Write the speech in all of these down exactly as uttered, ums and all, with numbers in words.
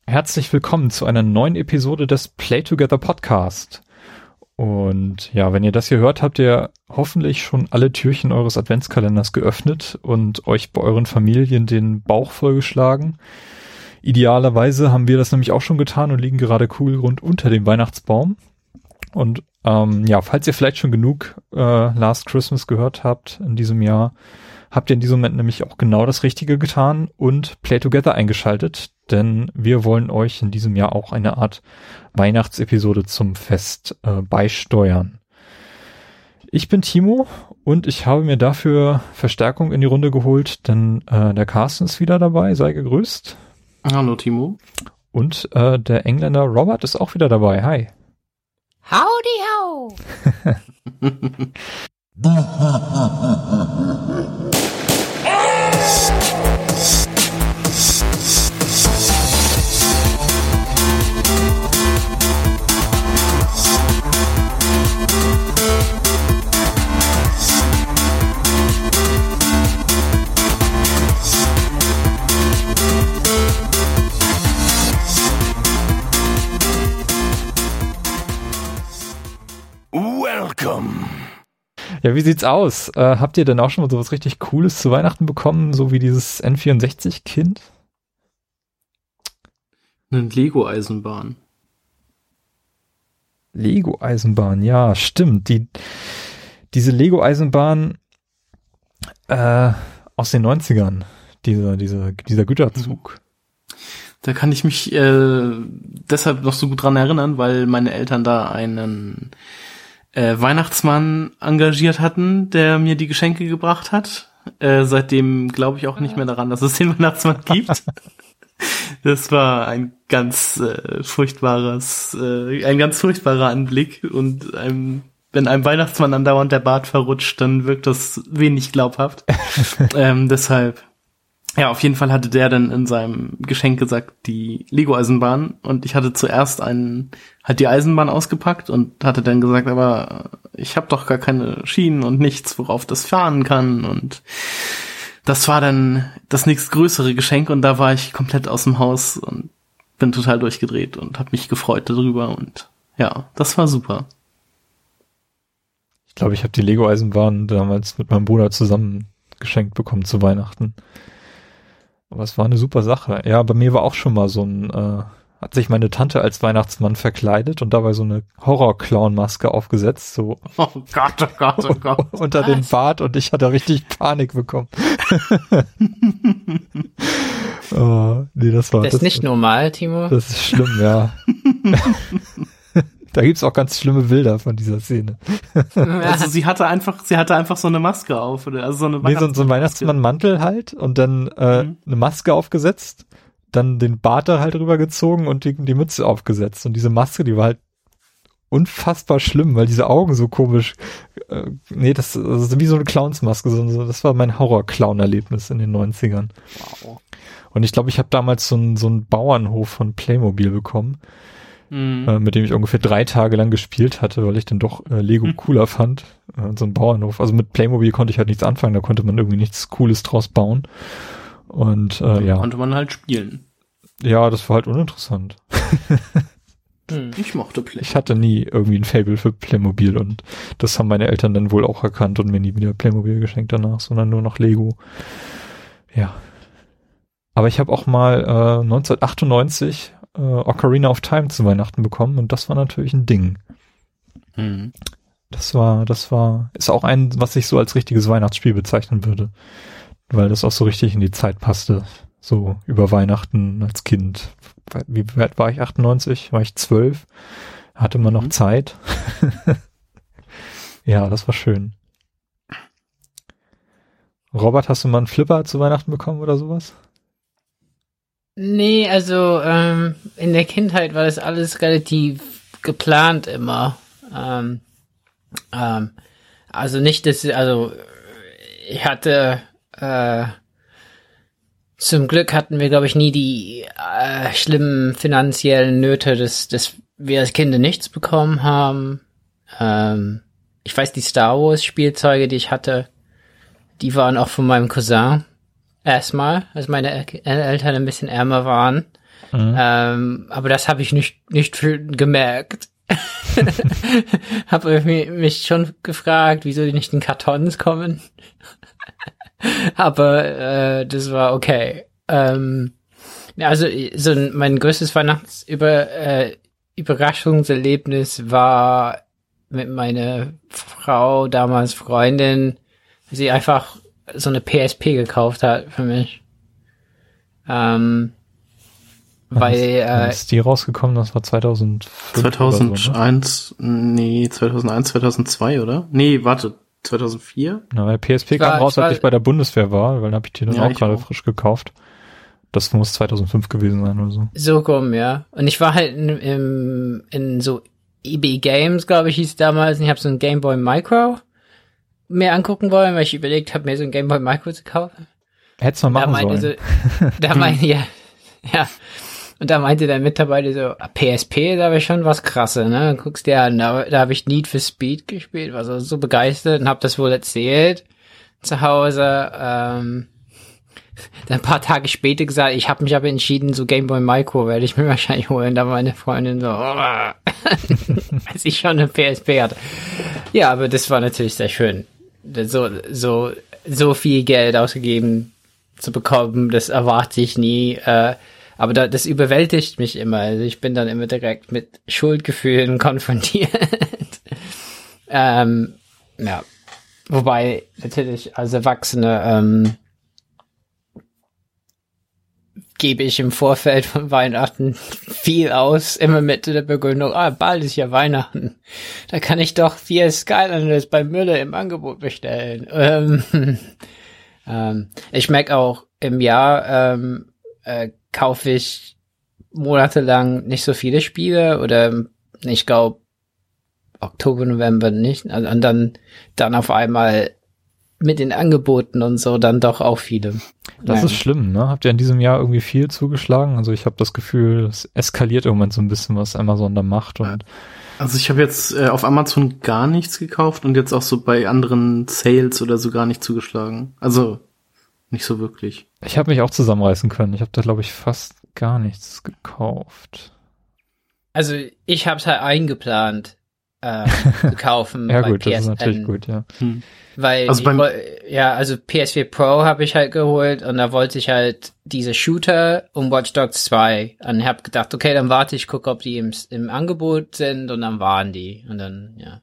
Herzlich willkommen zu einer neuen Episode des Play Together Podcast. Und ja, wenn ihr das hier hört, habt ihr hoffentlich schon alle Türchen eures Adventskalenders geöffnet und euch bei euren Familien den Bauch vollgeschlagen. Idealerweise haben wir das nämlich auch schon getan und liegen gerade kugelrund unter dem Weihnachtsbaum. Und ähm, ja, falls ihr vielleicht schon genug äh, Last Christmas gehört habt in diesem Jahr, habt ihr in diesem Moment nämlich auch genau das Richtige getan und Play Together eingeschaltet, denn wir wollen euch in diesem Jahr auch eine Art Weihnachtsepisode zum Fest äh, beisteuern. Ich bin Timo und ich habe mir dafür Verstärkung in die Runde geholt, denn äh, der Carsten ist wieder dabei, sei gegrüßt. Hallo Timo. Und äh, der Engländer Robert ist auch wieder dabei, hi. Howdy ho! Welcome. Ja, wie sieht's aus? Äh, habt ihr denn auch schon mal sowas richtig Cooles zu Weihnachten bekommen, so wie dieses N vierundsechzig-Kind? Eine Lego-Eisenbahn. Lego-Eisenbahn, ja, stimmt. Die, diese Lego-Eisenbahn äh, aus den neunzigern, dieser, dieser, dieser Güterzug. Da kann ich mich äh, deshalb noch so gut dran erinnern, weil meine Eltern da einen äh, Weihnachtsmann engagiert hatten, der mir die Geschenke gebracht hat. Äh, seitdem glaube ich auch nicht mehr daran, dass es den Weihnachtsmann gibt. Das war ein ganz äh, furchtbares, äh, ein ganz furchtbarer Anblick und einem, wenn einem Weihnachtsmann andauernd der Bart verrutscht, dann wirkt das wenig glaubhaft. ähm, deshalb, ja, auf jeden Fall hatte der dann in seinem Geschenk gesagt, die Lego-Eisenbahn, und ich hatte zuerst einen, halt die Eisenbahn ausgepackt und hatte dann gesagt, aber ich habe doch gar keine Schienen und nichts, worauf das fahren kann, und das war dann das nächstgrößere Geschenk und da war ich komplett aus dem Haus und bin total durchgedreht und habe mich gefreut darüber und ja, das war super. Ich glaube, ich habe die Lego-Eisenbahn damals mit meinem Bruder zusammen geschenkt bekommen zu Weihnachten. Aber es war eine super Sache. Ja, bei mir war auch schon mal so ein, äh, hat sich meine Tante als Weihnachtsmann verkleidet und dabei so eine Horror-Clown-Maske aufgesetzt, so oh Gott, oh Gott, oh Gott. unter den Bart, und ich hatte richtig Panik bekommen. Oh, nee, das war Das ist das, nicht normal, Timo. Das ist schlimm, ja. Da gibt's auch ganz schlimme Bilder von dieser Szene. Also sie hatte einfach, sie hatte einfach so eine Maske auf, oder? Also so eine nee, so, so ein Weihnachtsmann-Mantel halt und dann äh, mhm. eine Maske aufgesetzt, dann den Bart da halt rübergezogen und die, die Mütze aufgesetzt. Und diese Maske, die war halt unfassbar schlimm, weil diese Augen so komisch, äh, nee, das, das ist wie so eine Clownsmaske, so, das war mein Horror-Clown-Erlebnis in den neunzigern. Wow. Und ich glaube, ich habe damals so einen so einen Bauernhof von Playmobil bekommen, mhm. äh, mit dem ich ungefähr drei Tage lang gespielt hatte, weil ich dann doch äh, Lego mhm. cooler fand. Äh, so ein Bauernhof. Also mit Playmobil konnte ich halt nichts anfangen, da konnte man irgendwie nichts Cooles draus bauen. Und äh, ja. Konnte man halt spielen. Ja, das war halt uninteressant. Ich mochte Playmobil. Ich hatte nie irgendwie ein Faible für Playmobil und das haben meine Eltern dann wohl auch erkannt und mir nie wieder Playmobil geschenkt danach, sondern nur noch Lego. Ja. Aber ich habe auch mal äh, neunzehnhundertachtundneunzig äh, Ocarina of Time zu Weihnachten bekommen und das war natürlich ein Ding. Mhm. Das war, das war, ist auch ein, was ich so als richtiges Weihnachtsspiel bezeichnen würde, weil das auch so richtig in die Zeit passte. So über Weihnachten als Kind. Wie weit war ich? achtundneunzig? War ich zwölf? Hatte man noch mhm. Zeit? Ja, das war schön. Robert, hast du mal einen Flipper zu Weihnachten bekommen oder sowas? Nee, also ähm, in der Kindheit war das alles relativ geplant immer. Ähm, ähm, also nicht, dass, also ich hatte äh, zum Glück hatten wir, glaube ich, nie die äh, schlimmen finanziellen Nöte, dass, dass wir als Kinder nichts bekommen haben. Ähm, ich weiß, die Star Wars Spielzeuge, die ich hatte, die waren auch von meinem Cousin. Erstmal, als meine El- Eltern ein bisschen ärmer waren. Mhm. Ähm, aber das habe ich nicht, nicht viel gemerkt. Habe mich schon gefragt, wieso die nicht in Kartons kommen. Aber äh, das war okay. Ähm, also so mein größtes Weihnachtsüber äh, Überraschungserlebnis war mit meiner Frau, damals Freundin, sie einfach so eine P S P gekauft hat für mich. Ähm, weil ist, äh, ist die rausgekommen? Das war zweitausendfünf zweitausendeins, so, ne? Nee, zweitausendeins, zweitausendzwei, oder? Nee, warte, zweitausendvier? Na, weil P S P war, kam raus, war, als ich bei der Bundeswehr war, weil dann habe ich die dann ja, auch gerade auch. frisch gekauft. Das muss zweitausendfünf gewesen sein oder so. So rum, ja. Und ich war halt in, in, in so E B Games, glaube ich, hieß es damals, und ich habe so ein Game Boy Micro mir angucken wollen, weil ich überlegt habe, mir so ein Game Boy Micro zu kaufen. Hättest du mal machen da meinte sollen. So, da meinte, ja, ja. Und da meinte der Mitarbeiter so, P S P ist aber schon was Krasses, ne? Dann guckst du dir an, da, da habe ich Need for Speed gespielt, war so, so begeistert und hab das wohl erzählt zu Hause. Ähm, dann ein paar Tage später gesagt, ich habe mich aber entschieden, so Game Boy Micro werde ich mir wahrscheinlich holen. Da meine Freundin so, oh, als ich schon eine P S P hatte. Ja, aber das war natürlich sehr schön. So, so, so viel Geld ausgegeben zu bekommen, das erwarte ich nie. Äh, aber da, das überwältigt mich immer. Also ich bin dann immer direkt mit Schuldgefühlen konfrontiert. ähm, ja. Wobei natürlich als Erwachsene ähm, gebe ich im Vorfeld von Weihnachten viel aus, immer mit der Begründung, ah, bald ist ja Weihnachten. Da kann ich doch vier Skylanders bei Müller im Angebot bestellen. Ähm, ähm, ich merke auch, im Jahr ähm, äh, kaufe ich monatelang nicht so viele Spiele oder ich glaube Oktober, November nicht. Und dann, dann auf einmal mit den Angeboten und so dann doch auch viele. Das Nein. ist schlimm, ne? Habt ihr in diesem Jahr irgendwie viel zugeschlagen? Also ich habe das Gefühl, es eskaliert im Moment so ein bisschen, was Amazon da macht. Und also ich habe jetzt äh, auf Amazon gar nichts gekauft und jetzt auch so bei anderen Sales oder so gar nicht zugeschlagen. Also nicht so wirklich. Ich habe mich auch zusammenreißen können. Ich habe da, glaube ich, fast gar nichts gekauft. Also ich habe es halt eingeplant äh, zu kaufen. Ja bei gut, P S N, das ist natürlich gut, ja. Hm. Weil also ich beim woll, ja, also P S vier Pro habe ich halt geholt und da wollte ich halt diese Shooter und Watch Dogs zwei und habe gedacht, okay, dann warte ich, gucke, ob die im, im Angebot sind und dann waren die und dann, ja.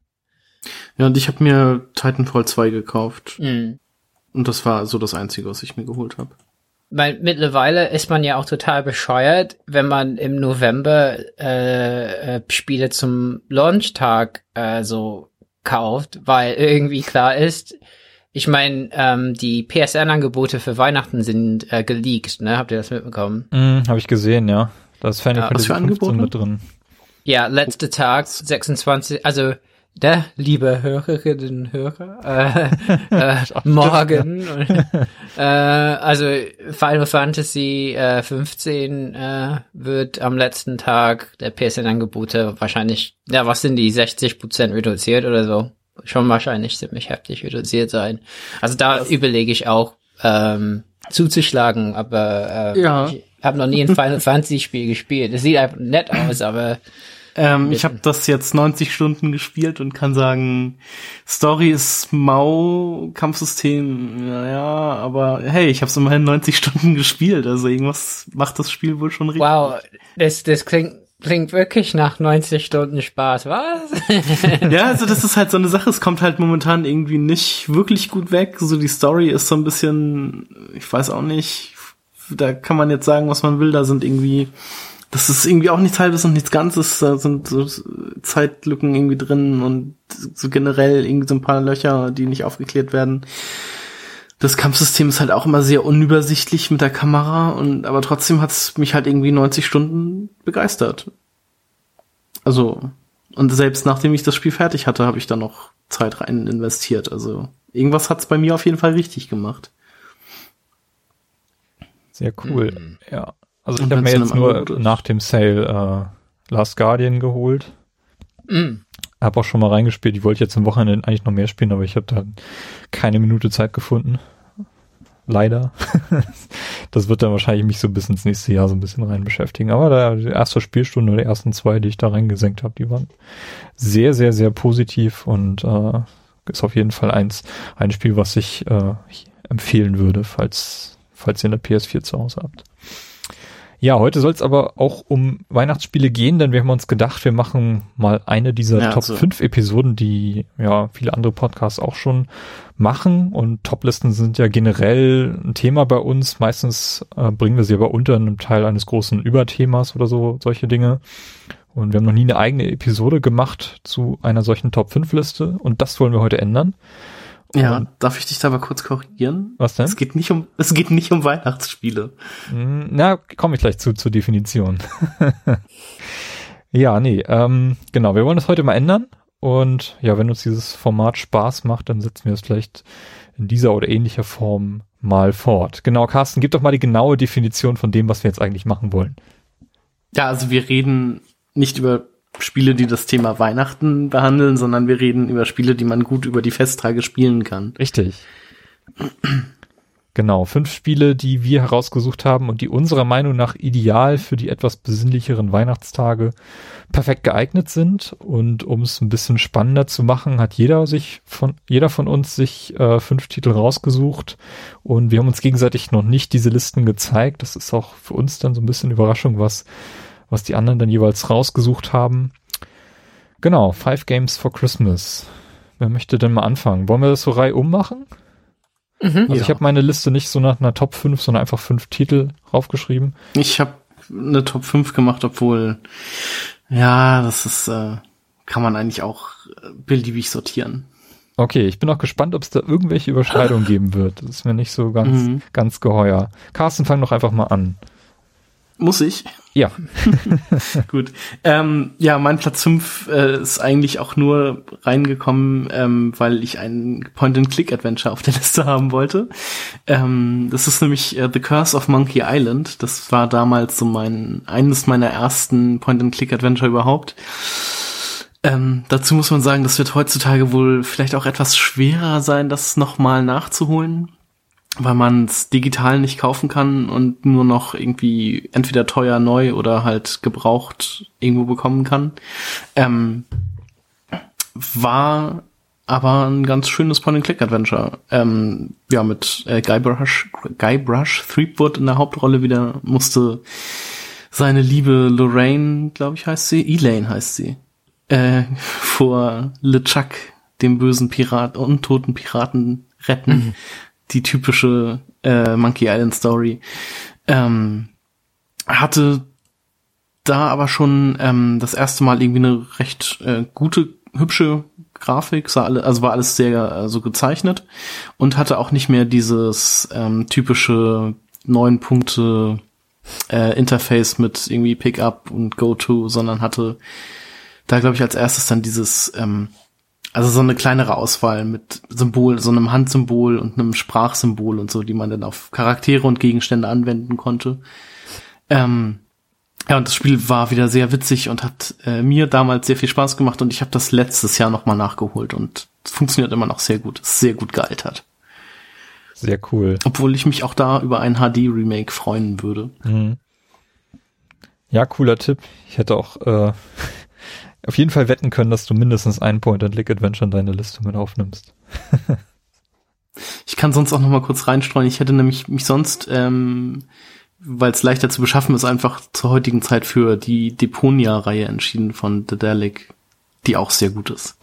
Ja, und ich habe mir Titanfall zwei gekauft. Mhm. Und das war so das Einzige, was ich mir geholt habe. Weil mittlerweile ist man ja auch total bescheuert, wenn man im November äh, äh, Spiele zum Launchtag äh, so kauft, weil irgendwie klar ist, ich meine, ähm, die P S N-Angebote für Weihnachten sind äh, geleakt, ne? Habt ihr das mitbekommen? Mm, habe ich gesehen, ja. Da ist Final Ja, Fantasy fünfzehn mit drin. Ja, letzter Tag, sechsundzwanzig, also der liebe Hörerinnen und Hörer, äh, äh, morgen, äh, also Final Fantasy äh, fünfzehn äh, wird am letzten Tag der P S N-Angebote wahrscheinlich, ja, was sind die, sechzig Prozent reduziert oder so? Schon wahrscheinlich ziemlich heftig reduziert sein. Also da das überlege ich auch, ähm, zuzuschlagen, aber äh, ja. ich habe noch nie ein Final Fantasy Spiel gespielt. Es sieht einfach nett aus, aber Ähm, ich habe das jetzt neunzig Stunden gespielt und kann sagen, Story ist mau, Kampfsystem, naja, aber hey, ich habe es immerhin neunzig Stunden gespielt, also irgendwas macht das Spiel wohl schon richtig. Wow, das, das klingt, klingt wirklich nach neunzig Stunden Spaß, was? Ja, also das ist halt so eine Sache, es kommt halt momentan irgendwie nicht wirklich gut weg, so die Story ist so ein bisschen, ich weiß auch nicht, da kann man jetzt sagen, was man will, da sind irgendwie das ist irgendwie auch nichts Halbes und nichts Ganzes, da sind so Zeitlücken irgendwie drin und so generell irgendwie so ein paar Löcher, die nicht aufgeklärt werden. Das Kampfsystem ist halt auch immer sehr unübersichtlich mit der Kamera und aber trotzdem hat's mich halt irgendwie neunzig Stunden begeistert. Also, und selbst nachdem ich das Spiel fertig hatte, habe ich da noch Zeit rein investiert. Also, irgendwas hat's bei mir auf jeden Fall richtig gemacht. Sehr cool, Mhm. ja. Also ich habe mir jetzt nur nach dem Sale äh, Last Guardian geholt. Mm. Hab auch schon mal reingespielt. Ich wollte jetzt am Wochenende eigentlich noch mehr spielen, aber ich habe da keine Minute Zeit gefunden. leider. Das wird dann wahrscheinlich mich so bis ins nächste Jahr so ein bisschen rein beschäftigen. Aber da, die erste Spielstunde oder die ersten zwei, die ich da reingesenkt habe, die waren sehr, sehr, sehr positiv und äh, ist auf jeden Fall eins, ein Spiel, was ich äh, empfehlen würde, falls, falls ihr eine P S vier zu Hause habt. Ja, heute soll es aber auch um Weihnachtsspiele gehen, denn wir haben uns gedacht, wir machen mal eine dieser ja, Top so. fünf Episoden, die ja viele andere Podcasts auch schon machen. Und Toplisten sind ja generell ein Thema bei uns. Meistens äh, bringen wir sie aber unter einem Teil eines großen Überthemas oder so, solche Dinge. Und wir haben noch nie eine eigene Episode gemacht zu einer solchen Top fünf Liste. Und das wollen wir heute ändern. Ja, Und darf ich dich da mal kurz korrigieren? Was denn? Es geht nicht um, es geht nicht um Weihnachtsspiele. Na, komme ich gleich zu, zur Definition. Ja, nee, ähm, genau, wir wollen das heute mal ändern und ja, wenn uns dieses Format Spaß macht, dann setzen wir es vielleicht in dieser oder ähnlicher Form mal fort. Genau, Carsten, gib doch mal die genaue Definition von dem, was wir jetzt eigentlich machen wollen. Ja, also wir reden nicht über Spiele, die das Thema Weihnachten behandeln, sondern wir reden über Spiele, die man gut über die Festtage spielen kann. Richtig. Genau, fünf Spiele, die wir herausgesucht haben und die unserer Meinung nach ideal für die etwas besinnlicheren Weihnachtstage perfekt geeignet sind. Und um es ein bisschen spannender zu machen, hat jeder sich von jeder von uns sich äh, fünf Titel rausgesucht und wir haben uns gegenseitig noch nicht diese Listen gezeigt. Das ist auch für uns dann so ein bisschen Überraschung, was was die anderen dann jeweils rausgesucht haben. Genau, Five Games for Christmas. Wer möchte denn mal anfangen? Wollen wir das so reihum machen? Mhm. Also Ja. ich habe meine Liste nicht so nach einer Top fünf, sondern einfach fünf Titel raufgeschrieben. Ich habe eine Top fünf gemacht, obwohl, ja, das ist, äh, kann man eigentlich auch äh, beliebig sortieren. Okay, ich bin auch gespannt, ob es da irgendwelche Überschneidungen geben wird. Das ist mir nicht so ganz, Mhm. ganz geheuer. Carsten, fang doch einfach mal an. Muss ich? Ja. Gut. Ähm, ja, mein Platz fünf äh, ist eigentlich auch nur reingekommen, ähm, weil ich ein Point-and-Click-Adventure auf der Liste haben wollte. Ähm, das ist nämlich äh, The Curse of Monkey Island. Das war damals so mein eines meiner ersten Point-and-Click-Adventure überhaupt. Ähm, dazu muss man sagen, das wird heutzutage wohl vielleicht auch etwas schwerer sein, das nochmal nachzuholen, weil man es digital nicht kaufen kann und nur noch irgendwie entweder teuer neu oder halt gebraucht irgendwo bekommen kann. Ähm, war aber ein ganz schönes Point-and-Click-Adventure. Ähm, ja, mit äh, Guybrush, Guybrush Threepwood in der Hauptrolle wieder, musste seine liebe Lorraine, glaube ich heißt sie, Elaine heißt sie, äh, vor LeChuck, dem bösen Pirat, untoten Piraten, retten. Mhm. Die typische äh, Monkey Island Story. Ähm, hatte da aber schon ähm, das erste Mal irgendwie eine recht äh, gute, hübsche Grafik, sah alle, also war alles sehr äh, so gezeichnet und hatte auch nicht mehr dieses ähm, typische neun Punkte äh, Interface mit irgendwie Pick-up und Go-to, sondern hatte da, glaube ich, als erstes dann dieses ähm, also so eine kleinere Auswahl mit Symbol, so einem Handsymbol und einem Sprachsymbol und so, die man dann auf Charaktere und Gegenstände anwenden konnte. Ähm, ja, und das Spiel war wieder sehr witzig und hat äh, mir damals sehr viel Spaß gemacht und ich habe das letztes Jahr nochmal nachgeholt und es funktioniert immer noch sehr gut, ist sehr gut gealtert. Sehr cool. Obwohl ich mich auch da über ein H D-Remake freuen würde. Mhm. Ja, cooler Tipp. Ich hätte auch äh, auf jeden Fall wetten können, dass du mindestens ein Point-and-Click-Adventure in deine Liste mit aufnimmst. Ich kann sonst auch noch mal kurz reinstreuen. Ich hätte nämlich mich sonst, ähm, weil es leichter zu beschaffen ist, einfach zur heutigen Zeit für die Deponia-Reihe entschieden von Daedalic, die auch sehr gut ist.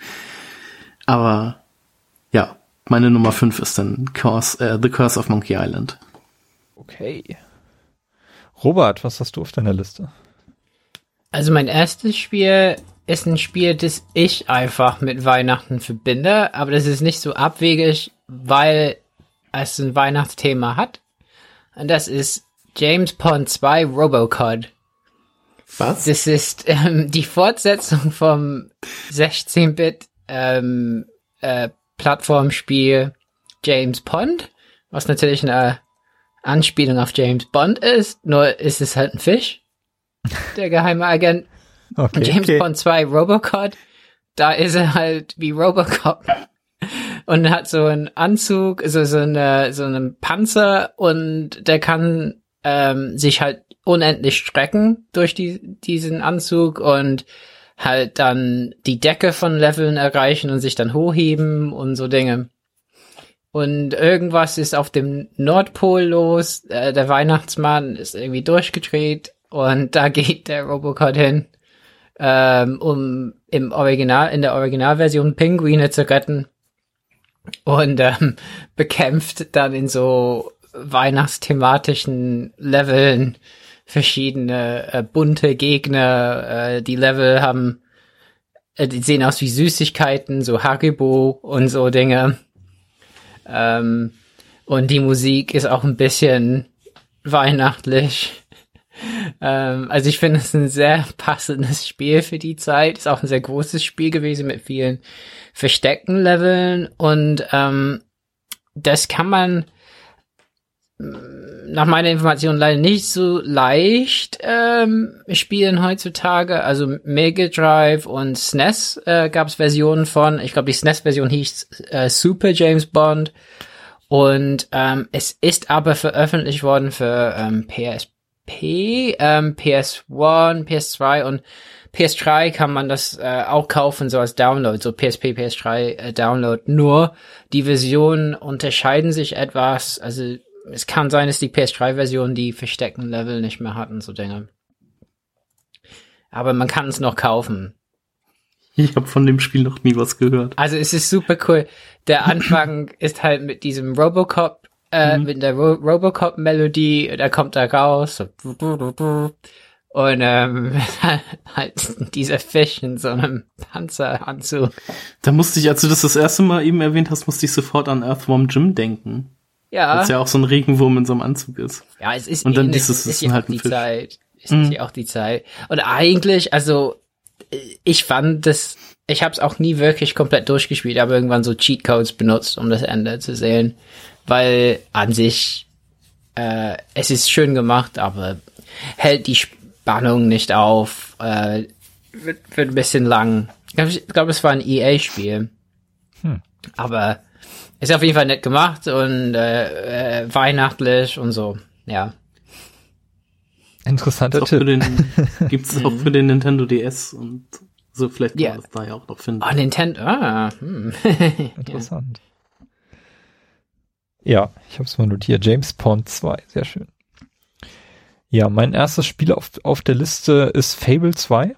Aber ja, meine Nummer fünf ist dann Curse, äh, The Curse of Monkey Island. Okay. Robert, was hast du auf deiner Liste? Also mein erstes Spiel ist ein Spiel, das ich einfach mit Weihnachten verbinde, aber das ist nicht so abwegig, weil es ein Weihnachtsthema hat. Und das ist James Bond zwei Robocod. Was? Das ist ähm, die Fortsetzung vom sechzehn-Bit ähm, äh, Plattformspiel James Bond, was natürlich eine Anspielung auf James Bond ist, nur ist es halt ein Fisch. Der geheime Agent. Okay, James okay. Bond zwei Robocod, da ist er halt wie Robocop. und hat so einen Anzug, also so eine so einen Panzer und der kann ähm, sich halt unendlich strecken durch die diesen Anzug und halt dann die Decke von Leveln erreichen und sich dann hochheben und so Dinge. Und irgendwas ist auf dem Nordpol los, äh, der Weihnachtsmann ist irgendwie durchgedreht und da geht der Robocop hin, ähm, um im Original, in der Originalversion Pinguine zu retten und ähm, bekämpft dann in so weihnachtsthematischen Leveln verschiedene äh, bunte Gegner. Äh, die Level haben, äh, die sehen aus wie Süßigkeiten, so Haribo und so Dinge. Ähm, und die Musik ist auch ein bisschen weihnachtlich. ähm, also ich finde es ein sehr passendes Spiel für die Zeit. Ist auch ein sehr großes Spiel gewesen mit vielen versteckten Leveln und ähm, das kann man nach meiner Information leider nicht so leicht ähm, spielen heutzutage. Also Mega Drive und S N E S äh, gab es Versionen von. Ich glaube, die S N E S-Version hieß äh, Super James Bond. Und ähm, es ist aber veröffentlicht worden für ähm, P S P, ähm, P S eins, P S zwei und P S drei kann man das äh, auch kaufen, so als Download, so P S P, P S drei äh, Download. Nur die Versionen unterscheiden sich etwas, also es kann sein, dass die P S drei Version die versteckten Level nicht mehr hatten, so Dinge. Aber man kann es noch kaufen. Ich habe von dem Spiel noch nie was gehört. Also es ist super cool. Der Anfang ist halt mit diesem Robocop, äh, mhm. mit der Ro- Robocop-Melodie, da kommt er raus. So, und ähm, halt dieser Fisch in so einem Panzeranzug. Da musste ich, als du das das erste Mal eben erwähnt hast, musste ich sofort an Earthworm Jim denken. Ja. Weil es ja auch so ein Regenwurm in so einem Anzug ist. Ja, es ist und dann ähnlich. dieses, es ist ist ja halt auch die ein Fisch. Zeit. Es mhm. ist ja auch die Zeit. Und eigentlich, also ich fand das, ich habe es auch nie wirklich komplett durchgespielt, aber irgendwann so Cheatcodes benutzt, um das Ende zu sehen. Weil an sich, äh, es ist schön gemacht, aber hält die Spannung nicht auf. Äh, wird, wird ein bisschen lang. Ich glaube, ich glaub, es war ein E A-Spiel. Hm. Aber ist auf jeden Fall nett gemacht und äh, äh, weihnachtlich und so, ja. Interessanter Tipp. Für den, gibt's auch für den Nintendo D S und so, vielleicht kann ja. man das da ja auch noch finden. Ah, Nintendo, ah. Hm. Interessant. Ja, ich habe es mal notiert. James Bond zwei, sehr schön. Ja, mein erstes Spiel auf, auf der Liste ist Fable zwei.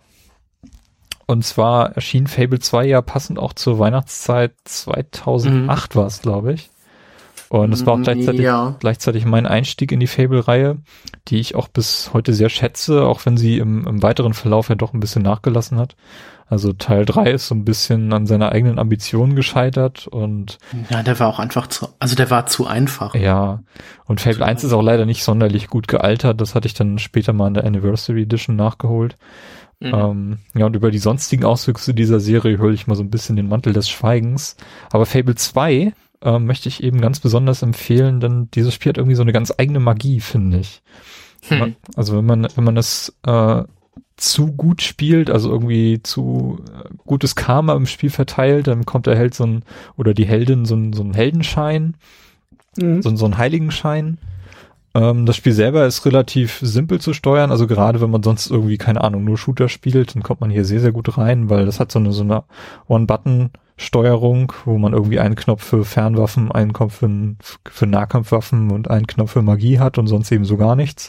Und zwar erschien Fable zwei ja passend auch zur Weihnachtszeit zweitausendacht mhm. war es, glaube ich. Und es war auch gleichzeitig, ja. gleichzeitig mein Einstieg in die Fable-Reihe, die ich auch bis heute sehr schätze, auch wenn sie im, im weiteren Verlauf ja doch ein bisschen nachgelassen hat. Also Teil drei ist so ein bisschen an seiner eigenen Ambition gescheitert und ja, der war auch einfach zu, also der war zu einfach. Ja, und Fable eins ist auch leider nicht sonderlich gut gealtert. Das hatte ich dann später mal in der Anniversary Edition nachgeholt. Mhm. Ähm, ja, und über die sonstigen Auswüchse dieser Serie hole ich mal so ein bisschen den Mantel des Schweigens. Aber Fable zwei ähm, möchte ich eben ganz besonders empfehlen, denn dieses Spiel hat irgendwie so eine ganz eigene Magie, finde ich. Hm. Also wenn man, wenn man es äh, zu gut spielt, also irgendwie zu äh, gutes Karma im Spiel verteilt, dann kommt der Held so ein, oder die Heldin so ein, so ein Heldenschein, mhm. so, so ein Heiligenschein. Ähm, das Spiel selber ist relativ simpel zu steuern, also gerade wenn man sonst irgendwie, keine Ahnung, nur Shooter spielt, dann kommt man hier sehr, sehr gut rein, weil das hat so eine, so eine One-Button-Steuerung, wo man irgendwie einen Knopf für Fernwaffen, einen Knopf für, für Nahkampfwaffen und einen Knopf für Magie hat und sonst eben so gar nichts.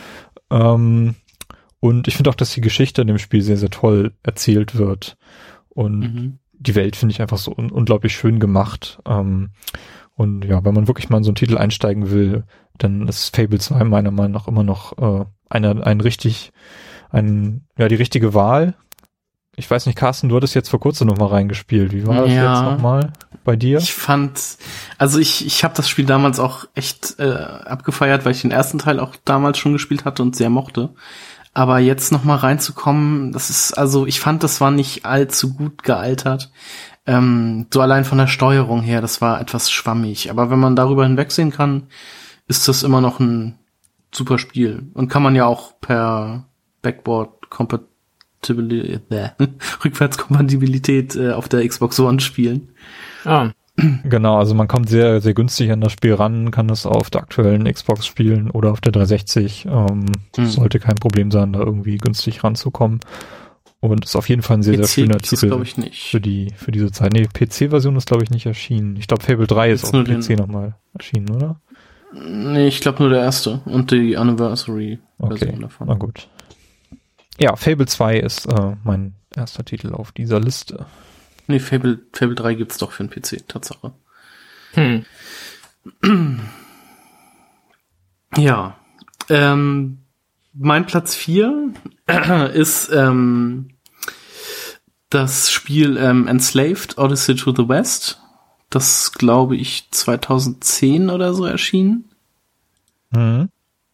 Ähm, und ich finde auch, dass die Geschichte in dem Spiel sehr, sehr toll erzählt wird. Und mhm. die Welt finde ich einfach so un- unglaublich schön gemacht. Ähm, und ja, wenn man wirklich mal in so einen Titel einsteigen will, dann ist Fable zwei meiner Meinung nach immer noch äh, eine, ein richtig, ein, ja, die richtige Wahl. Ich weiß nicht, Carsten, du hattest jetzt vor kurzem noch mal reingespielt. Wie war das ja. jetzt noch mal bei dir? Ich fand, also ich ich habe das Spiel damals auch echt äh, abgefeiert, weil ich den ersten Teil auch damals schon gespielt hatte und sehr mochte. Aber jetzt noch mal reinzukommen, das ist, also ich fand, das war nicht allzu gut gealtert. Ähm, so allein von der Steuerung her, das war etwas schwammig. Aber wenn man darüber hinwegsehen kann, ist das immer noch ein super Spiel. Und kann man ja auch per Backboard-Kompatibilität, äh, Rückwärtskompatibilität äh, auf der Xbox One spielen. Oh. Genau, also man kommt sehr, sehr günstig an das Spiel ran, kann das auf der aktuellen Xbox spielen oder auf der dreihundertsechzig. Ähm, Hm. Sollte kein Problem sein, da irgendwie günstig ranzukommen. Und ist auf jeden Fall ein sehr, sehr P C schöner gibt's das, Titel glaube ich, nicht. für die, für diese Zeit. Nee, P C-Version ist, glaube ich, nicht erschienen. Ich glaube, Fable drei ist Gibt's auf nur P C den- nochmal erschienen, oder? Nee, ich glaube nur der erste und die Anniversary-Version Okay, davon. na gut. Ja, Fable zwei ist äh, mein erster Titel auf dieser Liste. Nee, Fable, Fable drei gibt's doch für den P C, Tatsache. Hm. Ja. Ähm, mein Platz vier ist ähm, das Spiel ähm, Enslaved, Odyssey to the West. Das, glaube ich, zweitausendzehn oder so erschienen. Mhm.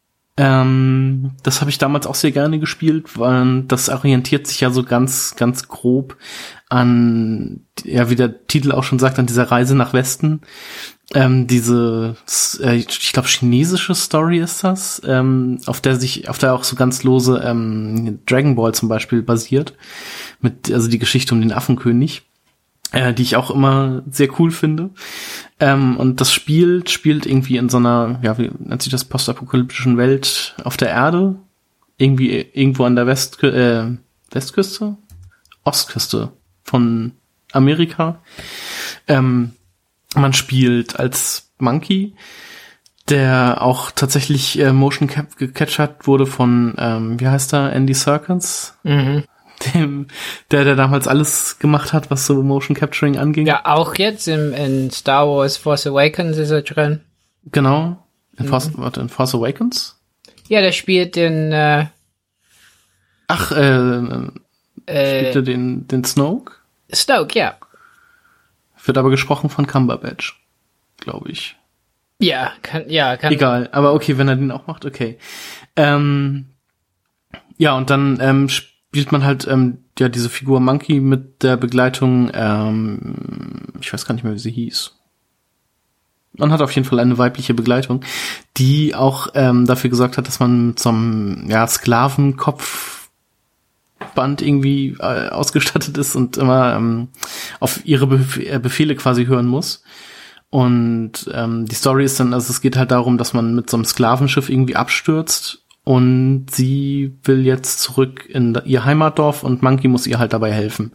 Ähm, das habe ich damals auch sehr gerne gespielt, weil das orientiert sich ja so ganz, ganz grob an, ja, wie der Titel auch schon sagt, an dieser Reise nach Westen. Ähm, diese, äh, ich glaube, chinesische Story ist das, ähm, auf der sich, auf der auch so ganz lose ähm, Dragon Ball zum Beispiel basiert, mit, also die Geschichte um den Affenkönig, äh, die ich auch immer sehr cool finde. Ähm, und das Spiel spielt irgendwie in so einer, ja, wie nennt sich das, postapokalyptischen Welt auf der Erde, irgendwie irgendwo an der West, äh, Westküste, Ostküste von Amerika. Ähm, man spielt als Monkey, der auch tatsächlich äh, Motion Cap gecatchert wurde von, ähm, wie heißt er, Andy Serkis, Mhm. dem, der, der damals alles gemacht hat, was so Motion Capturing anging. Ja, auch jetzt im, in Star Wars Force Awakens ist er drin. Genau. In, Force, warte, in Force Awakens? Ja, der spielt den, äh, Ach, äh, äh, spielt er den, den Snoke? Snoke, ja. Wird aber gesprochen von Cumberbatch, glaube ich. Ja, kann, ja, kann. Egal, aber okay, wenn er den auch macht, okay. Ähm, ja, und dann ähm, spielt man halt ähm, ja diese Figur Monkey mit der Begleitung, ähm, ich weiß gar nicht mehr, wie sie hieß. Man hat auf jeden Fall eine weibliche Begleitung, die auch ähm, dafür gesorgt hat, dass man mit so einem ja, Sklavenkopfband irgendwie äh, ausgestattet ist und immer ähm, auf ihre Bef- Befehle quasi hören muss. Und ähm, die Story ist dann, also es geht halt darum, dass man mit so einem Sklavenschiff irgendwie abstürzt und sie will jetzt zurück in ihr Heimatdorf und Monkey muss ihr halt dabei helfen.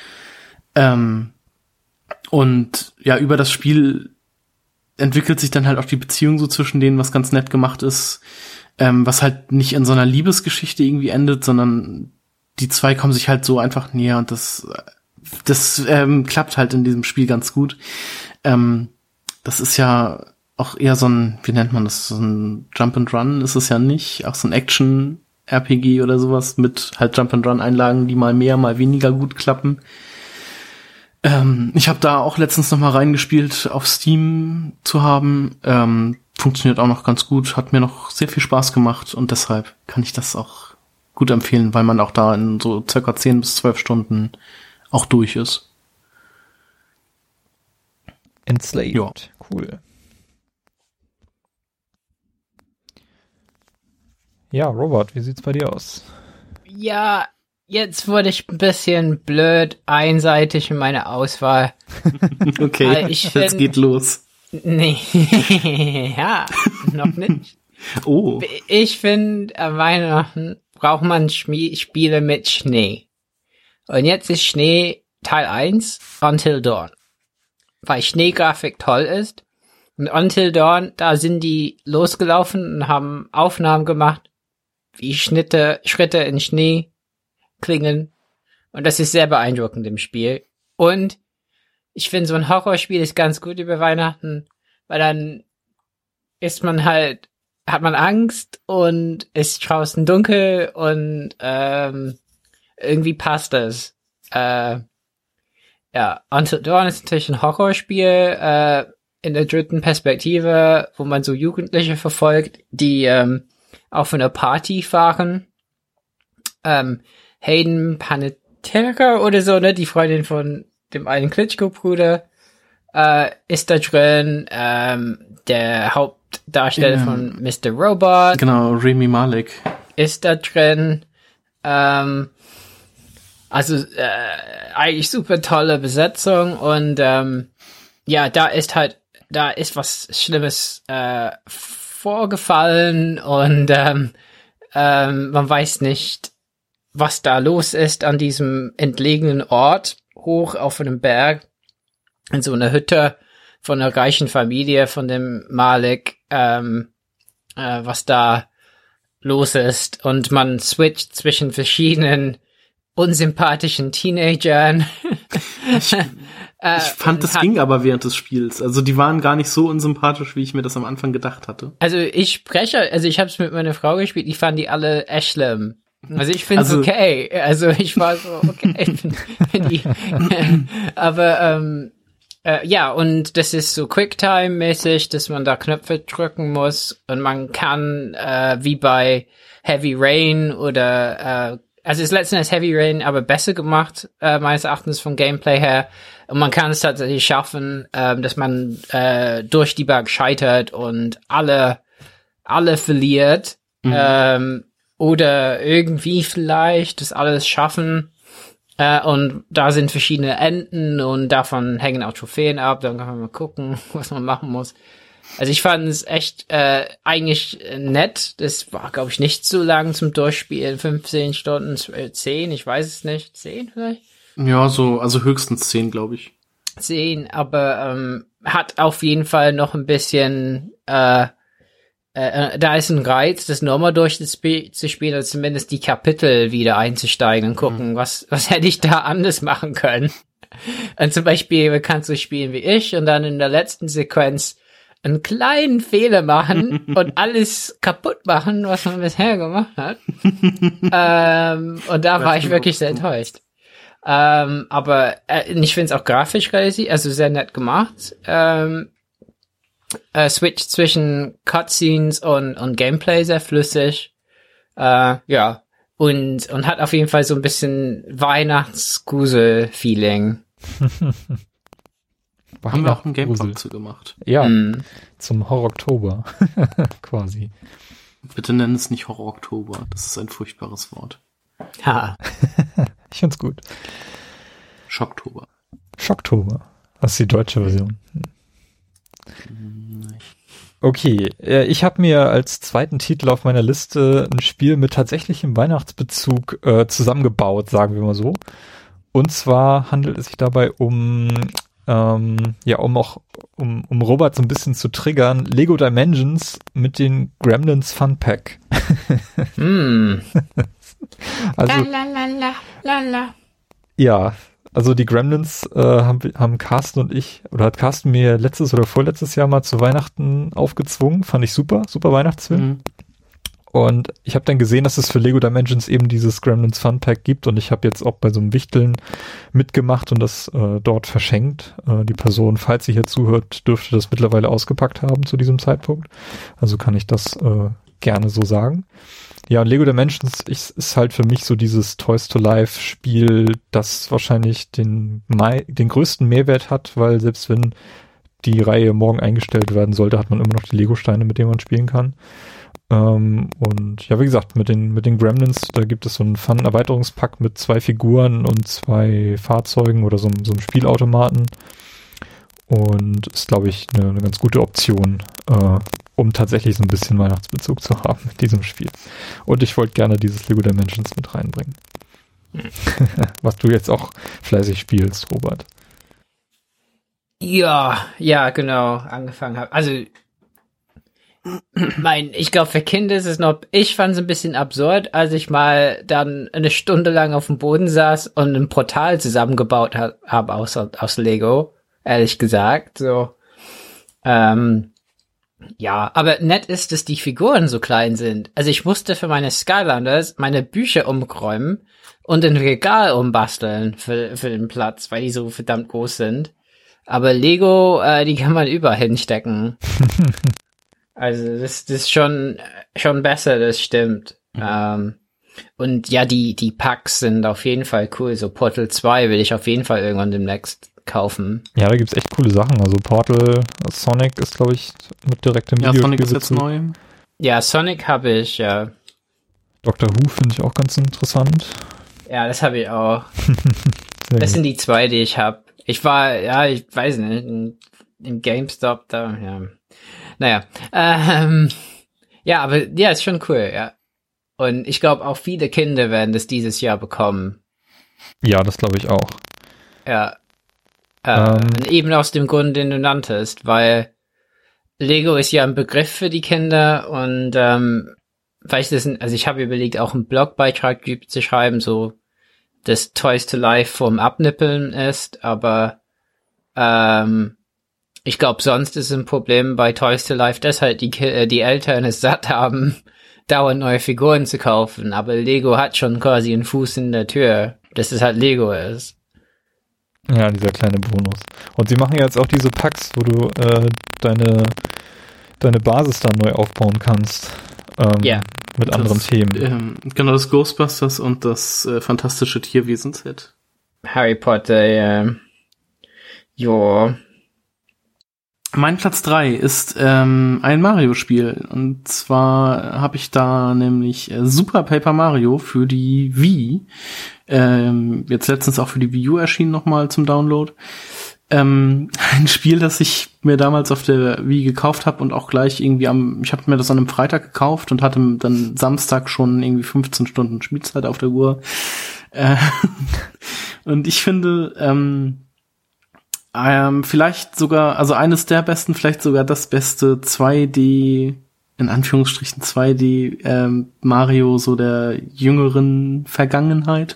Ähm, und ja, über das Spiel entwickelt sich dann halt auch die Beziehung so zwischen denen, was ganz nett gemacht ist, ähm, was halt nicht in so einer Liebesgeschichte irgendwie endet, sondern die zwei kommen sich halt so einfach näher und das das ähm, klappt halt in diesem Spiel ganz gut. Ähm, das ist ja auch eher so ein, wie nennt man das, so ein Jump and Run ist es ja nicht, auch so ein Action-R P G oder sowas mit halt Jump and Run-Einlagen, die mal mehr, mal weniger gut klappen. Ähm, ich habe da auch letztens noch mal reingespielt, auf Steam zu haben. Ähm, funktioniert auch noch ganz gut, hat mir noch sehr viel Spaß gemacht und deshalb kann ich das auch gut empfehlen, weil man auch da in so circa zehn bis zwölf Stunden auch durch ist. Enslaved. Ja. Cool. Ja, Robert, wie sieht's bei dir aus? Ja, jetzt wurde ich ein bisschen blöd, einseitig in meiner Auswahl. Okay, Äh, ich jetzt find- geht los. Nee, ja, noch nicht. Oh, Ich finde, an Weihnachten braucht man Schmie- Spiele mit Schnee. Und jetzt ist Schnee Teil eins, Until Dawn. Weil Schneegrafik toll ist. Und Until Dawn, da sind die losgelaufen und haben Aufnahmen gemacht, wie Schnitte, Schritte in Schnee klingen. Und das ist sehr beeindruckend im Spiel. Und ich finde, so ein Horrorspiel ist ganz gut über Weihnachten, weil dann ist man halt, hat man Angst und ist draußen dunkel und ähm, irgendwie passt das. Äh, ja, Until Dawn ist natürlich ein Horrorspiel äh, in der dritten Perspektive, wo man so Jugendliche verfolgt, die ähm, auf eine Party fahren. Ähm, Hayden Panettiere oder so, ne, die Freundin von dem einen Klitschko-Bruder, äh, ist da drin. Ähm, der Hauptdarsteller Ja. von Mister Robot genau, Rami Malek. ist da drin. Ähm, also äh, eigentlich super tolle Besetzung und ähm, ja, da ist halt, da ist was Schlimmes äh, vorgefallen und ähm, ähm, man weiß nicht, was da los ist an diesem entlegenen Ort, hoch auf einem Berg, in so einer Hütte von einer reichen Familie, von dem Malik, ähm, äh, was da los ist. Und man switcht zwischen verschiedenen unsympathischen Teenagern. Ich, ich fand, das ging aber während des Spiels. Also die waren gar nicht so unsympathisch, wie ich mir das am Anfang gedacht hatte. Also ich spreche, also ich habe es mit meiner Frau gespielt, ich fand die alle echt schlimm. Also ich finde es Also- okay. Also ich war so, okay. wenn die, aber ähm, äh, ja, und das ist so Quicktime-mäßig, dass man da Knöpfe drücken muss und man kann, äh, wie bei Heavy Rain oder, äh, also es ist letzten Endes Heavy Rain, aber besser gemacht, äh, meines Erachtens vom Gameplay her. Und man kann es tatsächlich schaffen, ähm, dass man äh, durch die Berg scheitert und alle, alle verliert. Mhm. Ähm, oder irgendwie vielleicht das alles schaffen. Äh, und da sind verschiedene Enden und davon hängen auch Trophäen ab. Dann kann man mal gucken, was man machen muss. Also ich fand es echt äh, eigentlich nett. Das war, glaube ich, nicht so lang zum Durchspielen. fünfzehn Stunden, zehn, ich weiß es nicht. zehn vielleicht? Ja, so, also höchstens zehn, glaube ich. zehn, aber ähm, hat auf jeden Fall noch ein bisschen, äh, äh, da ist ein Reiz, das nochmal durchzuspielen, oder zumindest die Kapitel wieder einzusteigen und gucken, mhm. was was hätte ich da anders machen können. Und zum Beispiel kannst du spielen wie ich und dann in der letzten Sequenz einen kleinen Fehler machen und alles kaputt machen, was man bisher gemacht hat. ähm, und da war ich wirklich sehr enttäuscht. Ähm, aber äh, ich finde es auch grafisch relativ, also sehr nett gemacht. Ähm, äh, Switch zwischen Cutscenes und, und Gameplay sehr flüssig. Äh, ja. Und, und hat auf jeden Fall so ein bisschen Weihnachts-Grusel-Feeling. Haben wir auch einen Gameplay zu gemacht. Ja, Mm. zum Horror-Oktober quasi. Bitte nenn es nicht Horror-Oktober. Das ist ein furchtbares Wort. Ha. Ich find's gut. Schocktober. Schocktober. Das ist die deutsche Version. Okay, äh, ich habe mir als zweiten Titel auf meiner Liste ein Spiel mit tatsächlichem Weihnachtsbezug äh, zusammengebaut, sagen wir mal so. Und zwar handelt es sich dabei um, ähm, ja, um auch, um, um Robert so ein bisschen zu triggern, Lego Dimensions mit den Gremlins Fun Pack. Mm. Also, la, la, la, la, la. ja, also die Gremlins äh, haben, haben Carsten und ich, oder hat Carsten mir letztes oder vorletztes Jahr mal zu Weihnachten aufgezwungen. Fand ich super, super Weihnachtsfilm. Mhm. Und ich habe dann gesehen, dass es für Lego Dimensions eben dieses Gremlins Fun Pack gibt und ich habe jetzt auch bei so einem Wichteln mitgemacht und das äh, dort verschenkt. Äh, die Person, falls sie hier zuhört, dürfte das mittlerweile ausgepackt haben zu diesem Zeitpunkt. Also kann ich das äh, gerne so sagen. Ja, und Lego Dimensions ist, ist halt für mich so dieses Toys to Life Spiel, das wahrscheinlich den, Mai, den größten Mehrwert hat, weil selbst wenn die Reihe morgen eingestellt werden sollte, hat man immer noch die Lego-Steine, mit denen man spielen kann. Ähm, und ja, wie gesagt, mit den, mit den Gremlins, da gibt es so einen Fun-Erweiterungspack mit zwei Figuren und zwei Fahrzeugen oder so, so einem Spielautomaten. Und ist, glaube ich, eine, eine ganz gute Option, äh, um tatsächlich so ein bisschen Weihnachtsbezug zu haben mit diesem Spiel. Und ich wollte gerne dieses Lego Dimensions mit reinbringen. Hm. Was du jetzt auch fleißig spielst, Robert. Ja, ja, genau, angefangen habe. Also, mein, ich glaube, für Kinder ist es noch, ich fand es ein bisschen absurd, als ich mal dann eine Stunde lang auf dem Boden saß und ein Portal zusammengebaut habe hab aus, aus Lego, ehrlich gesagt, so, ähm, ja, aber nett ist, dass die Figuren so klein sind. Also ich musste für meine Skylanders meine Bücher umräumen und ein Regal umbasteln für, für den Platz, weil die so verdammt groß sind. Aber Lego, äh, die kann man überall hinstecken. Also das, das ist schon, schon besser, das stimmt. Mhm. Ähm, und ja, die, die Packs sind auf jeden Fall cool. So Portal zwei will ich auf jeden Fall irgendwann demnächst kaufen. Ja, da gibt's echt coole Sachen. Also Portal, Sonic ist, glaube ich, mit direktem Video. Ja, Sonic ist jetzt neu. Ja, Sonic habe ich, ja. Doctor Who finde ich auch ganz interessant. Ja, das habe ich auch. Das sind die zwei, die ich habe. Ich war, ja, ich weiß nicht, im GameStop da, ja. Naja, ähm, ja, aber ja, ist schon cool, ja. Und ich glaube auch viele Kinder werden das dieses Jahr bekommen. Ja, das glaube ich auch. Ja. Äh, Ähm. Eben aus dem Grund, den du nanntest, weil Lego ist ja ein Begriff für die Kinder und ähm, vielleicht ist ein, also ich habe überlegt, auch einen Blogbeitrag zu schreiben, so dass Toys to Life vom Abnippeln ist, aber ähm, ich glaube, sonst ist ein Problem bei Toys to Life, dass halt die, Ki- die Eltern es satt haben, dauernd neue Figuren zu kaufen, aber Lego hat schon quasi einen Fuß in der Tür, dass es halt Lego ist. Ja, dieser kleine Bonus. Und sie machen jetzt auch diese Packs, wo du äh, deine, deine Basis dann neu aufbauen kannst. Ähm, Ja. Mit anderen das, Themen. Ähm, genau, das Ghostbusters und das äh, fantastische Tierwesen-Set. Harry Potter, ja. Jo. Mein Platz drei ist ähm, ein Mario-Spiel. Und zwar habe ich da nämlich äh, Super Paper Mario für die Wii. Ähm, jetzt letztens auch für die Wii U erschienen nochmal zum Download. Ähm, ein Spiel, das ich mir damals auf der Wii gekauft habe und auch gleich irgendwie am, ich habe mir das an einem Freitag gekauft und hatte dann Samstag schon irgendwie fünfzehn Stunden Spielzeit auf der Uhr. Äh, und ich finde, ähm, ähm, vielleicht sogar, also eines der besten, vielleicht sogar das beste zwei D, in Anführungsstrichen zwei D ähm, Mario so der jüngeren Vergangenheit.